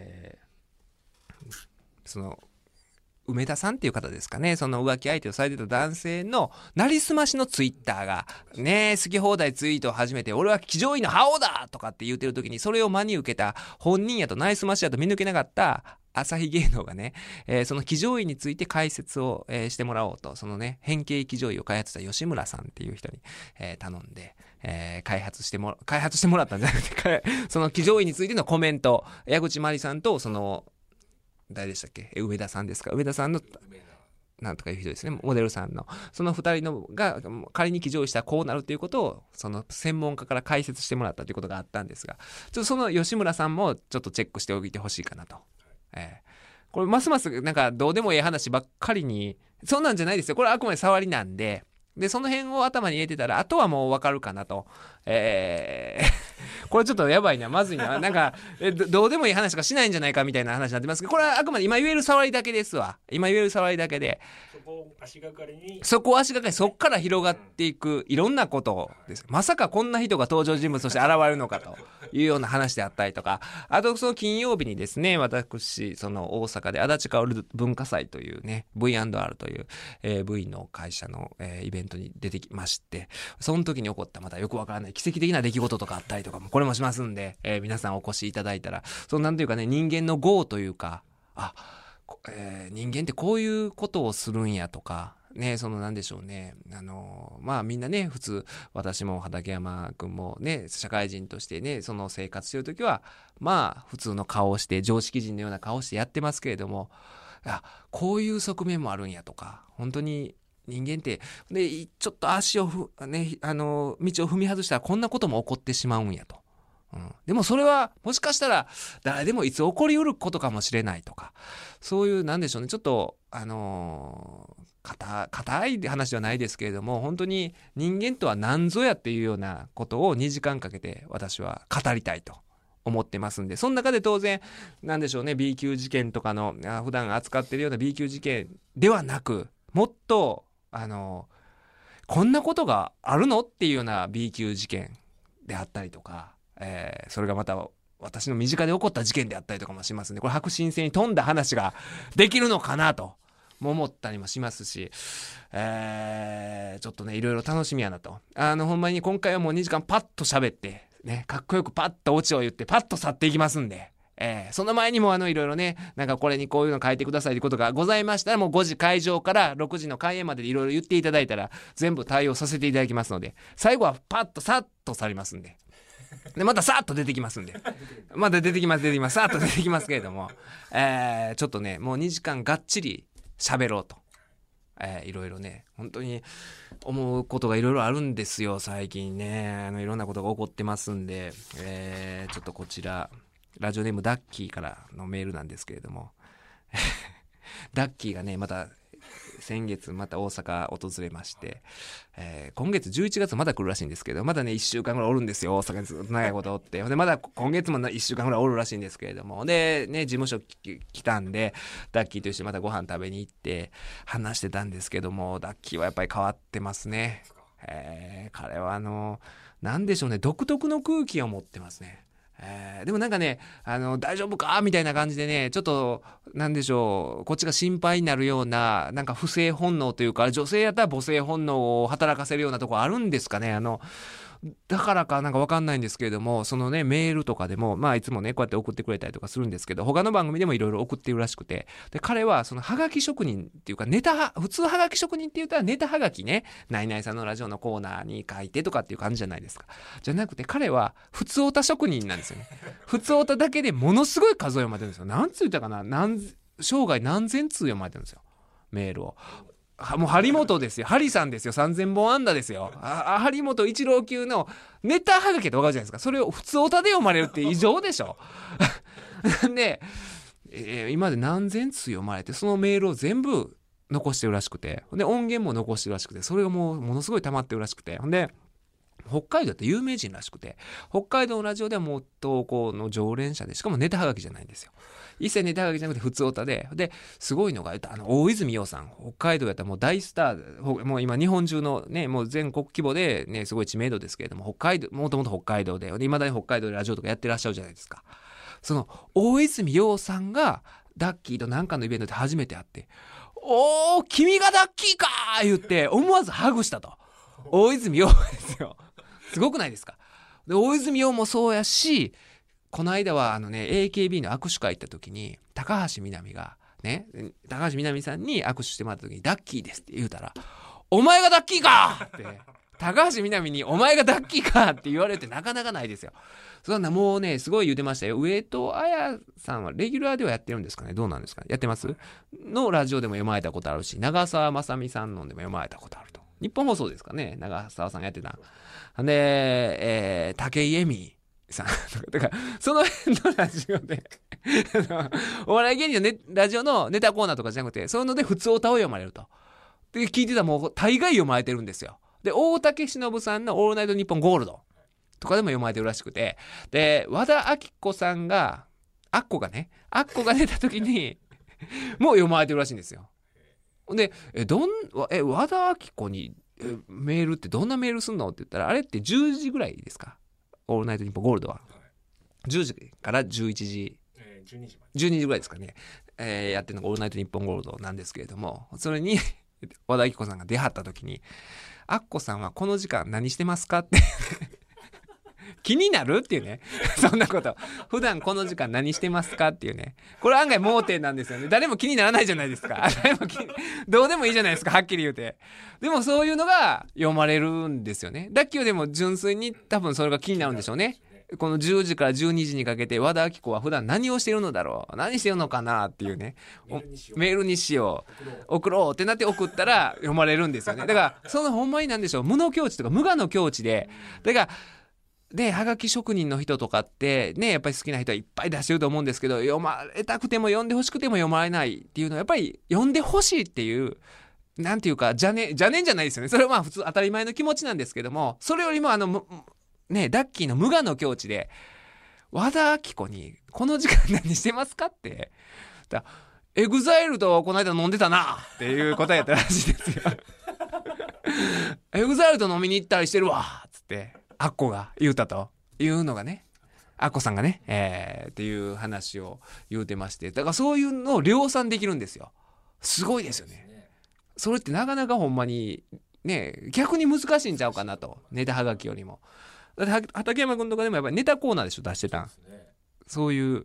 その梅田さんっていう方ですかね、その浮気相手をされてた男性のなりすましのツイッターがね、好き放題ツイートを始めて、俺は騎乗位の覇王だとかって言ってる時に、それを真に受けた本人やとなりすましやと見抜けなかった朝日芸能がね、その騎乗位について解説を、してもらおうと、そのね変形騎乗位を開発した吉村さんっていう人に、頼んで、開発してもらったんじゃなくてその騎乗位についてのコメント、矢口真理さんとその誰でしたっけ、上田さんですか、上田さんのなんとかいう人ですね、モデルさんのその2人のが仮に騎乗位したらこうなるということをその専門家から解説してもらったということがあったんですが、ちょっとその吉村さんもちょっとチェックしておいてほしいかなと。これますますなんかどうでもいい話ばっかりに、そんなんじゃないですよ、これはあくまで触りなんで、その辺を頭に入れてたらあとはもう分かるかなと、 これちょっとやばいな、まずいな。なんか、どうでもいい話しかしないんじゃないかみたいな話になってますけど、これはあくまで今言える触りだけですわ。今言える触りだけで。 そこを足がかりに。 そこを足がかりに、そこから広がっていく、いろんなことです。まさかこんな人が登場人物として現れるのかというような話であったりとか、あとその金曜日にですね、私、その大阪で足立薫文化祭というね、V&R という、V の会社の、イベントに出てきまして、その時に起こったまたよくわからない奇跡的な出来事とかあったりとかも、これもしますんで、皆さんお越しいただいたら、そのなんというかね、人間の業というか、人間ってこういうことをするんやとか、ね、そのなんでしょうね。まあみんなね、普通、私も畠山くんもね、社会人としてね、その生活してるときは、まあ普通の顔をして、常識人のような顔をしてやってますけれども、こういう側面もあるんやとか、本当に人間って、で、ちょっと足をね、道を踏み外したらこんなことも起こってしまうんやと。でもそれはもしかしたら誰でもいつ起こりうることかもしれないとか、そういうなんでしょうね、ちょっと硬い話ではないですけれども、本当に人間とは何ぞやっていうようなことを2時間かけて私は語りたいと思ってますんで、その中で当然なんでしょうね、 B 級事件とかの普段扱ってるような B 級事件ではなく、もっとこんなことがあるのっていうような B 級事件であったりとか、それがまた私の身近で起こった事件であったりとかもしますんで、これ白真性に富んだ話ができるのかなとも思ったりもしますし、ちょっとねいろいろ楽しみやなと。ほんまに今回はもう2時間パッと喋ってね、かっこよくパッとオチを言ってパッと去っていきますんで、その前にもいろいろね、なんかこれにこういうの書いてくださいということがございましたら、もう5時会場から6時の開演まででいろいろ言っていただいたら全部対応させていただきますので、最後はパッとさっと去りますんで、でまたさっと出てきますんで、また出てきますさっと出てきますけれども、ちょっとねもう2時間がっちり喋ろうと、いろいろね本当に思うことがいろいろあるんですよ最近ね。いろんなことが起こってますんで、ちょっとこちらラジオネームダッキーからのメールなんですけれどもダッキーがねまた先月また大阪訪れまして、今月11月また来るらしいんですけど、まだね1週間ぐらいおるんですよ、大阪にずっと長いことおって。でまだ今月も1週間ぐらいおるらしいんですけれども、でね事務所来たんでダッキーと一緒にまたご飯食べに行って話してたんですけども、ダッキーはやっぱり変わってますね。彼はなんでしょうね、独特の空気を持ってますね。でもなんかね、大丈夫かみたいな感じでね、ちょっと、なんでしょう、こっちが心配になるような、なんか不正本能というか、女性やったら母性本能を働かせるようなところあるんですかね。だからかなんかわかんないんですけれども、そのね、メールとかでも、まあいつもね、こうやって送ってくれたりとかするんですけど、他の番組でもいろいろ送っているらしくて、で、彼はそのハガキ職人っていうか、普通ハガキ職人って言ったらネタハガキね、ナイナイさんのラジオのコーナーに書いてとかっていう感じじゃないですか。じゃなくて彼は普通オタ職人なんですよね。普通オタだけでものすごい数を読まれてるんですよ。何通言ったかな、生涯何千通読まれてるんですよ。メールを。もう張本ですよ、ハリさんですよ、3000本安打ですよ、張本一郎級のネタはがきって分かるじゃないですか。それを普通オタで読まれるって異常でしょで、今まで何千通読まれて、そのメールを全部残してるらしくて、で音源も残してるらしくて、それがもうものすごい溜まってるらしくて、ほんで北海道って有名人らしくて、北海道のラジオではもう投稿の常連者で、しかもネタはがきじゃないんですよ。一切ネタはがきじゃなくて普通オタで、すごいのが大泉洋さん、北海道やったらもう大スター、もう今日本中のね、もう全国規模でねすごい知名度ですけれども、もともと北海道で、いまだに北海道でラジオとかやってらっしゃるじゃないですか。その大泉洋さんがダッキーと何かのイベントで初めて会って、おー君がダッキーかー言って思わずハグしたと。大泉洋ですよ。すごくないですか。で大泉洋もそうやし、この間はAKB の握手会行った時に高橋みなみがね、高橋みなみさんに握手してもらった時にダッキーですって言うたら、お前がダッキーかって高橋みなみにお前がダッキーかって言われてなかなかないですよ。そんなもうねすごい言ってましたよ。上戸彩さんはレギュラーではやってるんですかね、どうなんですかね、やってますのラジオでも読まれたことあるし、長澤まさみさんのでも読まれたことあると。日本放送ですかね、長澤さんがやってた。で、武井絵美さんだからその辺のラジオでお笑い芸人の、ラジオのネタコーナーとかじゃなくて、そういうので普通歌を読まれると。で聞いてたらもう大概読まれてるんですよ。で大竹しのぶさんのオールナイトニッポンゴールドとかでも読まれてるらしくて、で和田アキ子さんがアッコが出た時にもう読まれてるらしいんですよ。で和田アキ子にメールってどんなメールすんのって言ったら、あれって10時ぐらいですか、オールナイトニッポンゴールドは10時から11時、12時ぐらいですかね、やってるのがオールナイトニッポンゴールドなんですけれども、それに和田アキ子さんが出はった時に、アッコさんはこの時間何してますかって気になるっていうねそんなこと普段この時間何してますかっていうね、これ案外盲点なんですよね。誰も気にならないじゃないですかどうでもいいじゃないですか、はっきり言うて。でもそういうのが読まれるんですよね。だっけどでも純粋に多分それが気になるんでしょうね。この10時から12時にかけて和田アキ子は普段何をしているのだろう、何してるのかなっていうね、メールにしよう、送ろうってなって送ったら読まれるんですよね。だからそのほんまになんでしょう、無の境地とか無我の境地で、だからではがき職人の人とかってね、やっぱり好きな人はいっぱい出してると思うんですけど、読まれたくても読んでほしくても読まれないっていうのはやっぱり読んでほしいっていう、なんていうか邪念じゃないですよね。それはまあ普通当たり前の気持ちなんですけども、それよりもダッキーの無我の境地で和田アキ子にこの時間何してますかってエグザイルとこの間飲んでたなっていう答えやったらしいですよエグザイルと飲みに行ったりしてるわっつってアッコが言うたというのがね、アッコさんがね、っていう話を言うてまして、だからそういうのを量産できるんですよ。すごいですよね。それってなかなかほんまにね、逆に難しいんちゃうかなと、ネタはがきよりも。だって畠山君とかでもやっぱりネタコーナーでしょ、出してたん。そういう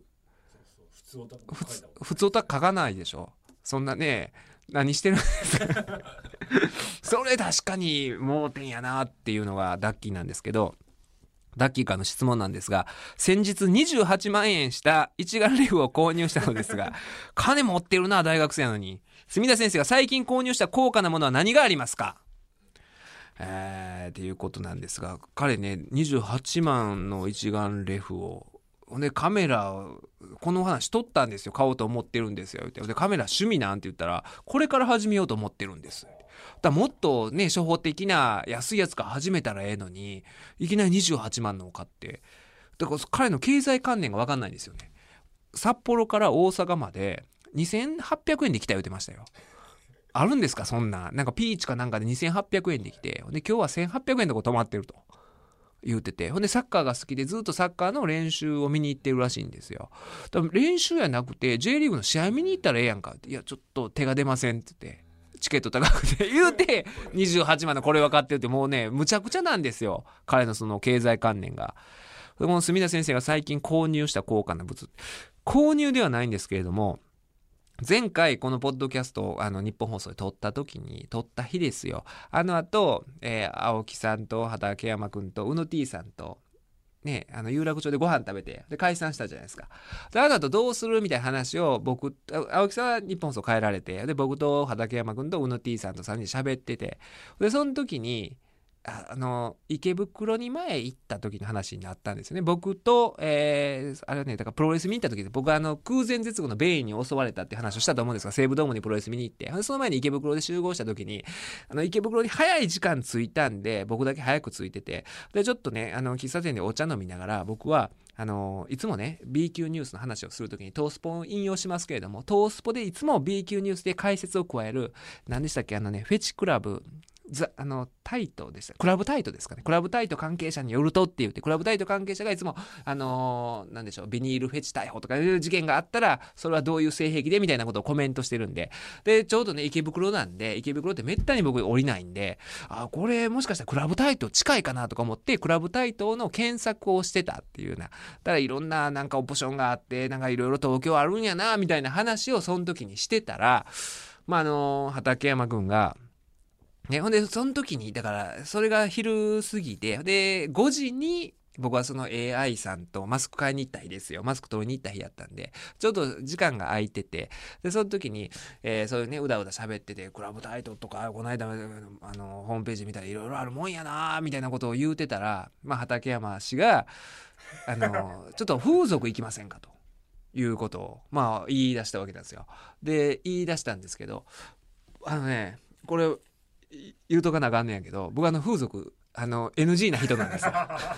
普通歌書かないでしょ、そんなね。何してるんですかそれ確かに盲点やなっていうのがダッキーなんですけど、ダッキーからの質問なんですが、先日28万円した一眼レフを購入したのですが金持ってるな、大学生なのに。墨田先生が最近購入した高価なものは何がありますか？っていうことなんですが、彼ね28万の一眼レフをでカメラこの話取ったんですよ、買おうと思ってるんですよ。でカメラ趣味なんて言ったら、これから始めようと思ってるんです。だからもっとね初歩的な安いやつから始めたらええのに、いきなり28万のを買って、だから彼の経済観念が分かんないんですよね。札幌から大阪まで2800円で来た言ってましたよ。あるんですかそんな、なんかピーチかなんかで2800円で来て、で今日は1800円のとこ泊まってると言ってて、ほんでサッカーが好きでずっとサッカーの練習を見に行ってるらしいんですよ。だから練習やなくて J リーグの試合見に行ったらええやんかって、いやちょっと手が出ませんって言って、チケット高くて言うて28万のこれ分かってるって、もうねむちゃくちゃなんですよ、彼のその経済観念が。この墨田先生が最近購入した高価な物、購入ではないんですけれども、前回このポッドキャストを日本放送で撮った日ですよ。後、青木さんと畠山くんと宇野 T さんとね、有楽町でご飯食べて、で解散したじゃないですか。であとどうするみたいな話を青木さんは日本放送帰られて、で僕と畠山くんと宇野 T さんと3人喋ってて、でその時に池袋に前行った時の話になったんですよね。僕と、あれはね、だからプロレス見に行った時で、僕は空前絶後のベインに襲われたって話をしたと思うんですが、西武ドームにプロレス見に行って、その前に池袋で集合した時に、池袋に早い時間着いたんで、僕だけ早く着いてて、でちょっとね喫茶店でお茶飲みながら、僕はいつもね B 級ニュースの話をするときにトースポを引用しますけれども、トースポでいつも B 級ニュースで解説を加える何でしたっけ、フェチクラブタイトでした、クラブタイトですかね、クラブタイト関係者によるとって言って、クラブタイト関係者がいつもなんでしょう、ビニールフェチ逮捕とかいう事件があったら、それはどういう性癖でみたいなことをコメントしてるんで、でちょうどね池袋なんで、池袋ってめったに僕降りないんで、これもしかしたらクラブタイト近いかなとか思って、クラブタイトの検索をしてたっていうな、だからいろんななんかオプションがあって、なんかいろいろ東京あるんやなみたいな話をその時にしてたら、畠山くんがね、ほんでその時にだからそれが昼過ぎで、で5時に僕はその AI さんとマスク買いに行った日ですよ。マスク取りに行った日やったんで、ちょっと時間が空いてて、でその時に、そういうねうだうだ喋ってて、クラブタイトとかこの間ホームページ見たらいろいろあるもんやなみたいなことを言うてたら、畠山氏がちょっと風俗行きませんかということを言い出したわけなんですよ。で言い出したんですけど、これ言うとかなあかんねんやけど、僕風俗NG な人なんですよ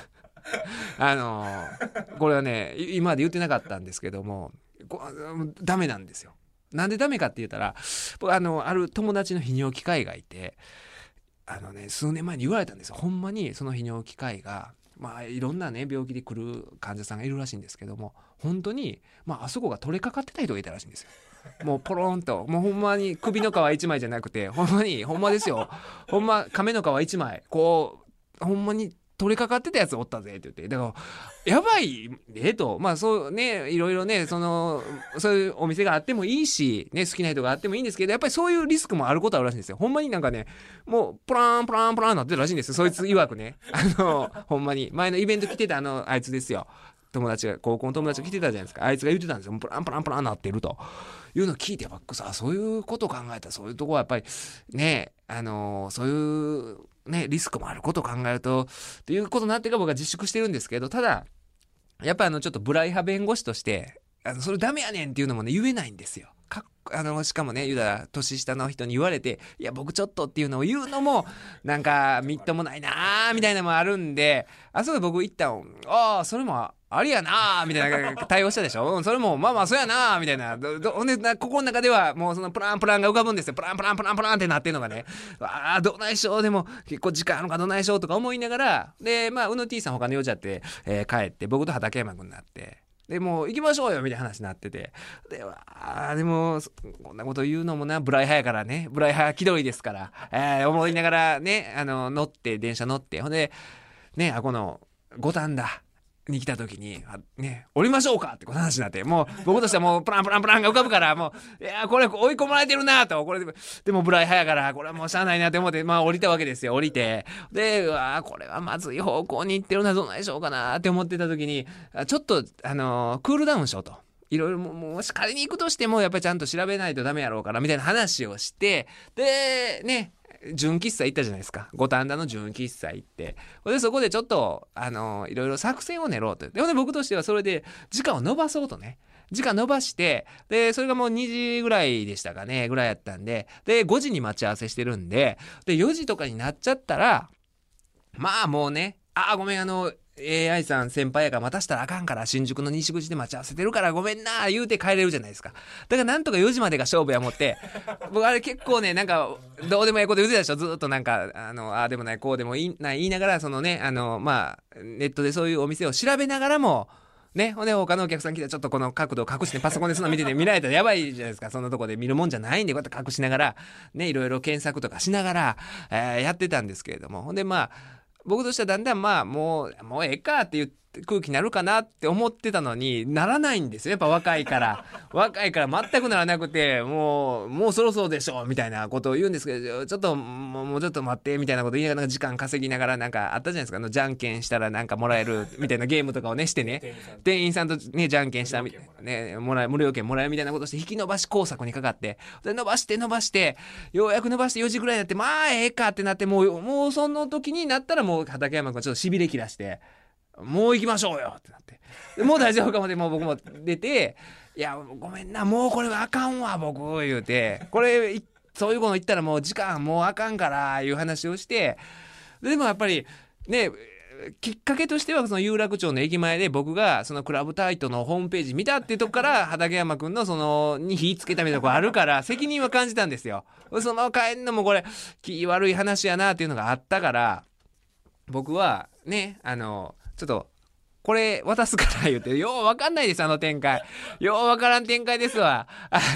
これはね今まで言ってなかったんですけどもダメなんですよ。なんでダメかって言ったら僕ある友達の泌尿器科医がいて数年前に言われたんですよ。ほんまにその泌尿器科医がいろんなね病気で来る患者さんがいるらしいんですけども本当にあそこが取れかかってた人がいたらしいんですよ。もうポロンともうほんまに首の皮一枚じゃなくてほんまですよ。ほんま亀の皮一枚こうほんまに取れかかってたやつおったぜって言って、だからやばいとそうねいろいろねそういうお店があってもいいしね好きな人があってもいいんですけどやっぱりそういうリスクもあることはあるらしいんですよ。ほんまになんかねもうプランなってるらしいんですよ。そいつ曰くねほんまに前のイベント来てたあいつですよ。友達が高校の友達が来てたじゃないですか。あいつが言ってたんですよ。プランなってるというのを聞いてそういうことを考えたらそういうとこはやっぱりねそういうねリスクもあることを考えるとっていうことになってから僕は自粛してるんですけど、ただやっぱちょっと無頼派弁護士としてそれダメやねんっていうのもね言えないんですよ。しかもね言うたら年下の人に言われていや僕ちょっとっていうのを言うのもなんかみっともないなみたいなのもあるんでそれで僕一旦それもありやなみたいな対応したでしょ。それもそうやなみたいなほんでここの中ではもうそのプランが浮かぶんですよ。プランってなってんのがねどないしようでも結構時間あるのかどないしようとか思いながらでうの T さん他の用事あって、帰って僕と畠山君になってでもう行きましょうよみたいな話になっててでもこんなこと言うのもなブライ派やからねブライ派気取りですから、思いながらね電車乗ってほんでねこの五反田に来た時に降りましょうかってこの話になってもう僕としてはもうプランが浮かぶからもういやこれ追い込まれてるなとこれでもブライ派やからこれはもうしゃあないなって思って降りたわけですよ。降りてでこれはまずい方向に行ってるなどないしようかなって思ってた時にちょっとクールダウンしようといろいろもし仮に行くとしてもやっぱりちゃんと調べないとダメやろうからみたいな話をしてでね純喫茶行ったじゃないですか。五反田の純喫茶行ってでそこでちょっといろいろ作戦を練ろうとで僕としてはそれで時間を延ばそうとね時間延ばしてでそれがもう2時ぐらいでしたかねぐらいやったんで5時に待ち合わせしてるんで4時とかになっちゃったらもうねごめんAI さん先輩やから待たしたらあかんから新宿の西口で待ち合わせてるからごめんな言うて帰れるじゃないですか。だからなんとか4時までが勝負や思って僕あれ結構ねなんかどうでもいいこと言うてたでしょ。ずっとなんかでもないこうでもいいな言いながらそのねネットでそういうお店を調べながらもねほんで他のお客さん来たらちょっとこの角度を隠してパソコンでそんな見てて見られたらやばいじゃないですか。そんなとこで見るもんじゃないんでこうやって隠しながらねいろいろ検索とかしながら、やってたんですけれどもほんで僕としてはだんだんもうええかっていう空気になるかなって思ってたのにならないんですよ。やっぱ若いから全くならなくてもうそろそろでしょみたいなことを言うんですけどちょっともうちょっと待ってみたいなこと言いながら時間稼ぎながらなんかあったじゃないですか。じゃんけんしたらなんかもらえるみたいなゲームとかをねしてね店員さんとねじゃんけんしたね無料券もらえるみたいなことして引き伸ばし工作にかかってで伸ばしてようやく伸ばして4時ぐらいになってええかってなってもうその時になったらもう畠山君ちょっとしびれ切らしてもう行きましょうよってなってもう大丈夫かもでもう僕も出ていやごめんなもうこれはあかんわ僕言うてこれそういうこと言ったらもう時間もうあかんからいう話をしてでもやっぱりねきっかけとしてはその有楽町の駅前で僕がそのクラブタイトのホームページ見たっていうとこから畠山君のに火つけたみたいなとこあるから責任は感じたんですよ。そのまま帰んのもこれ気悪い話やなっていうのがあったから僕はねちょっとこれ渡すから言ってよう分かんないです展開よう分からん展開ですわ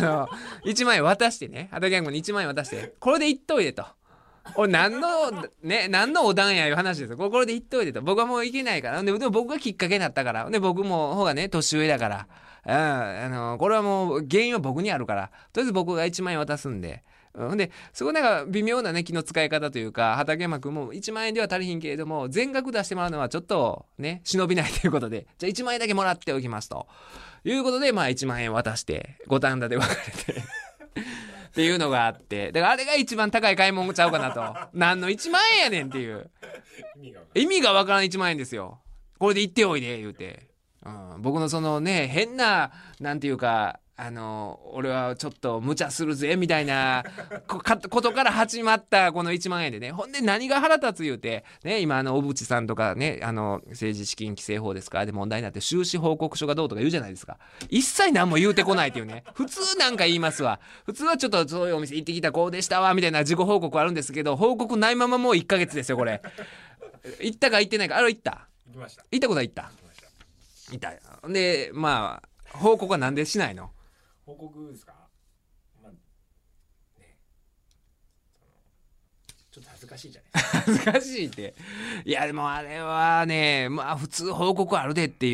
1万円渡してね畠山君に1万円渡してこれで言っといでと俺何のお団やいう話ですよ。これで言っといてと僕はもういけないからでも僕がきっかけになったからで僕も方がね年上だからこれはもう原因は僕にあるからとりあえず僕が1万円渡すんででそこなんか微妙なね気の使い方というか畠山君も1万円では足りひんけれども全額出してもらうのはちょっとね忍びないということでじゃあ1万円だけもらっておきますということで1万円渡して五反田で別れてっていうのがあってだからあれが一番高い買い物ちゃうかなと何の1万円やねんっていう意味がわからん1万円ですよ。これで行っておいで言うて、僕のそのね変ななんていうか俺はちょっと無茶するぜみたいなことから始まったこの1万円でね、ほんで何が腹立つ言うてね、今小渕さんとかね、政治資金規正法ですかで問題になって収支報告書がどうとか言うじゃないですか。一切何も言うてこないっていうね。普通なんか言いますわ。普通はちょっとそういうお店行ってきたこうでしたわみたいな自己報告あるんですけど、報告ないままもう1ヶ月ですよこれ。行ったか行ってないか。行った。 行きました。 行ったことは行った。行った。でまあ報告はなんでしないの？ 報告ですか？まあね、ちょっと恥ずかしいじゃないですか。 恥ずかしいって。いやでもあれはね、まあ普通報告あるでっていう。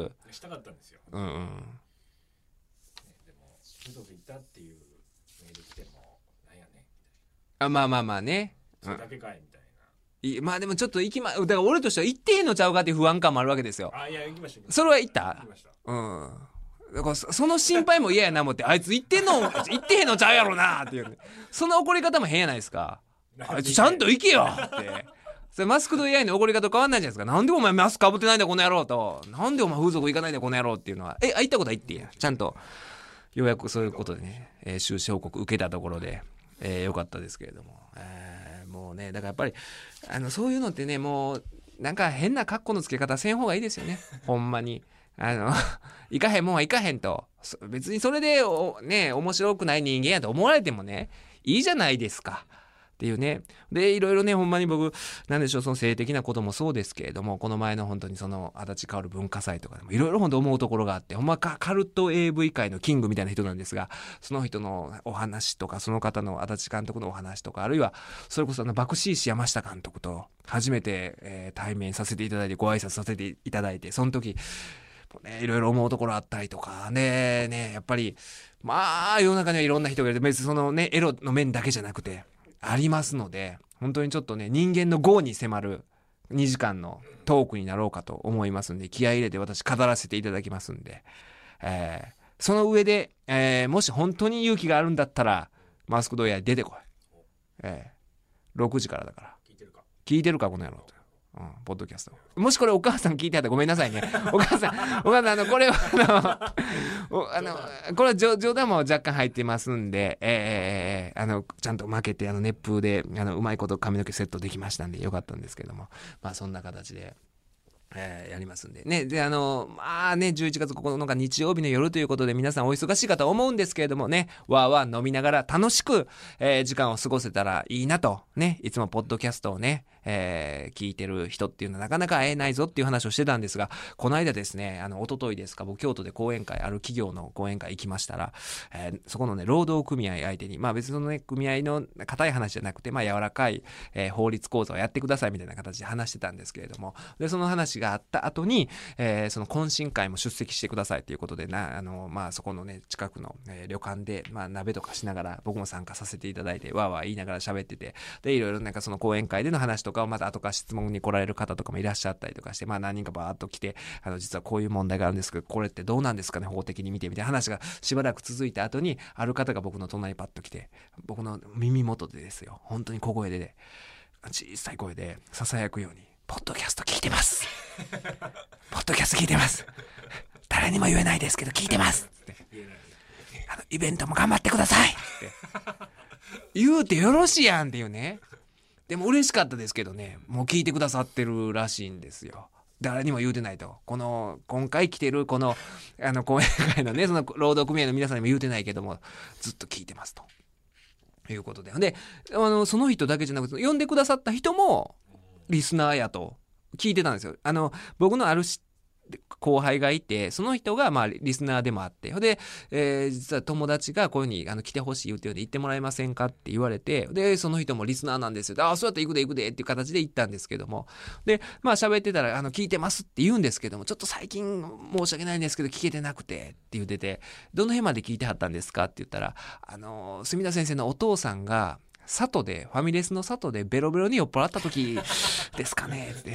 したかったんですよ。 うんうん。 ね、でも風俗行ったっていうメール来てもなんやね。 まあね。 それだけかいみたいな。 まあでもちょっとだから俺としては行ってへんのちゃうかっていう不安感もあるわけですよ。 いや行きました。 それは行った？ 行きました。 うん。だからその心配も嫌やな思って、あいつ行ってへんのちゃうやろなっていう、ね、その怒り方も変やないですか。あいつちゃんと行けよって。それマスクド AI の怒り方変わんないじゃないですか。なんでお前マスクかぶってないんだこの野郎と。なんでお前風俗行かないんだこの野郎っていうのは。行ったことは行ってや。ちゃんとようやくそういうことでね、収支報告受けたところで、よかったですけれども、もうねだからやっぱりそういうのってね、もうなんか変なカッコのつけ方せん方がいいですよね。ほんまに行かへんもんは行かへんと、別にそれでね面白くない人間やと思われてもねいいじゃないですかっていうね。でいろいろねほんまに僕なんでしょう、その性的なこともそうですけれども、この前の本当にその足立薫文化祭とかでもいろいろ本当思うところがあって、ほんまカルト AV 界のキングみたいな人なんですが、その人のお話とかその方の足立監督のお話とか、あるいはそれこそ爆死石山下監督と初めて、対面させていただいてご挨拶させていただいて、その時いろいろ思うところあったりとかでね、やっぱりまあ世の中にはいろんな人がいる。別にそのねエロの面だけじゃなくてありますので、本当にちょっとね人間の業に迫る2時間のトークになろうかと思いますんで、気合い入れて私語らせていただきますんで、その上で、もし本当に勇気があるんだったらマスクド AI 出てこい。6時からだから。聞いてるかこの野郎と。ポッドキャスト。もしこれお母さん聞いてはったらごめんなさいね。お母さんこれはこれは冗談も若干入ってますんで、ちゃんと負けて熱風でうまいこと髪の毛セットできましたんでよかったんですけども、まあそんな形で。やりますんでね。でまあね11月9日日曜日の夜ということで皆さんお忙しいかと思うんですけれどもね、わーわー飲みながら楽しく、時間を過ごせたらいいなとね、いつもポッドキャストをね、聞いてる人っていうのはなかなか会えないぞっていう話をしてたんですが、この間ですね一昨日ですか、僕京都で講演会、ある企業の講演会行きましたら、そこのね労働組合相手に、まあ別のね組合の固い話じゃなくて、まあ柔らかい、法律講座をやってくださいみたいな形で話してたんですけれども、でその話があった後に、その懇親会も出席してくださいということでまあそこのね近くの、旅館で、まあ、鍋とかしながら僕も参加させていただいて、わーわー言いながら喋ってて、でいろいろなんかその講演会での話とかをまた後から質問に来られる方とかもいらっしゃったりとかして、まあ何人かバーっと来て、実はこういう問題があるんですけどこれってどうなんですかね法的に見てみたいな話がしばらく続いた後に、ある方が僕の隣にパッと来て、僕の耳元でですよ、本当に小声で、小さい声で囁くように、ポッドキャスト聞いてますポッドキャスト聞いてます誰にも言えないですけど聞いてますって、イベントも頑張ってくださいって言うてよろしいやんっていうね。でも嬉しかったですけどね、もう聞いてくださってるらしいんですよ。誰にも言うてないと。今回来てるこの講演会のね、その労働組合の皆さんにも言うてないけども、ずっと聞いてますということで、でその人だけじゃなくて呼んでくださった人もリスナーやと聞いてたんですよ。僕のある後輩がいて、その人がまあリスナーでもあって、で、実は友達がこういう風に来てほしい言って行ってもらえませんかって言われて、でその人もリスナーなんですよ。そうやったら行くでっていう形で行ったんですけども、でまあ喋ってたら聞いてますって言うんですけども、ちょっと最近申し訳ないんですけど聞けてなくてって言ってて、どの辺まで聞いてはったんですかって言ったら、墨田先生のお父さんがファミレスの里でベロベロに酔っ払った時ですかねって、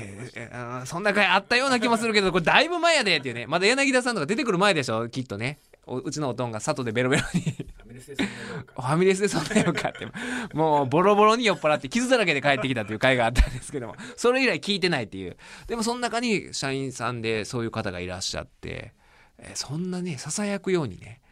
そんな回あったような気もするけど、これだいぶ前やでっていうね。まだ柳田さんとか出てくる前でしょきっとね。うちのおとんが里でベロベロにファミレスでそんなよかってもうボロボロに酔っ払って傷だらけで帰ってきたという回があったんですけども、それ以来聞いてないっていう。でもその中に社員さんでそういう方がいらっしゃって、そんなね囁くようにね、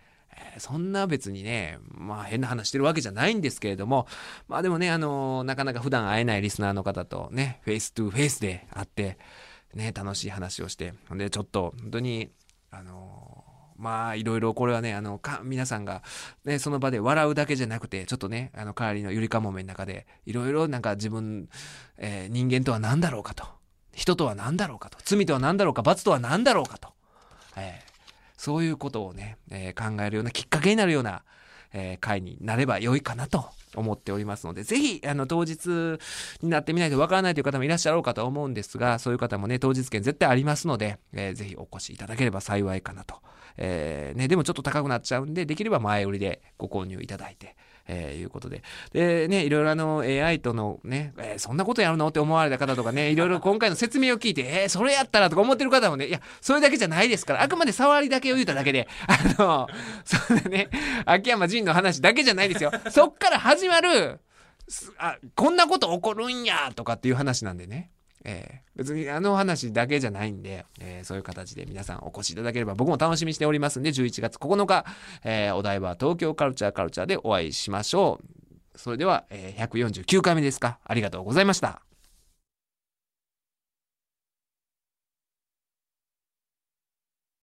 そんな別にね、まあ変な話してるわけじゃないんですけれども、まあでもね、なかなか普段会えないリスナーの方とね、フェイストゥフェイスで会って、ね、楽しい話をして、で、ちょっと本当に、まあいろいろこれはね、皆さんが、ね、その場で笑うだけじゃなくて、ちょっとね、帰りのゆりかもめの中で、いろいろなんか自分、人間とは何だろうかと、人とは何だろうかと、罪とは何だろうか、罰とは何だろうかと、そういうことをね、考えるようなきっかけになるような、会になれば良いかなと思っておりますので、ぜひ当日になってみないとわからないという方もいらっしゃろうかと思うんですが、そういう方もね当日券絶対ありますので、ぜひお越しいただければ幸いかなと、でもちょっと高くなっちゃうんで、できれば前売りでご購入いただいて、いうことで。でね、いろいろAI とのね、そんなことやるのって思われた方とかね、いろいろ今回の説明を聞いて、それやったらとか思ってる方もね、いや、それだけじゃないですから、あくまで触りだけを言うただけで、それね、秋山仁の話だけじゃないですよ。そっから始まる、こんなこと起こるんやとかっていう話なんでね。別に話だけじゃないんで、そういう形で皆さんお越しいただければ僕も楽しみにしておりますんで、11月9日、お台場東京カルチャーでお会いしましょう。それでは、149回目ですか。ありがとうございました。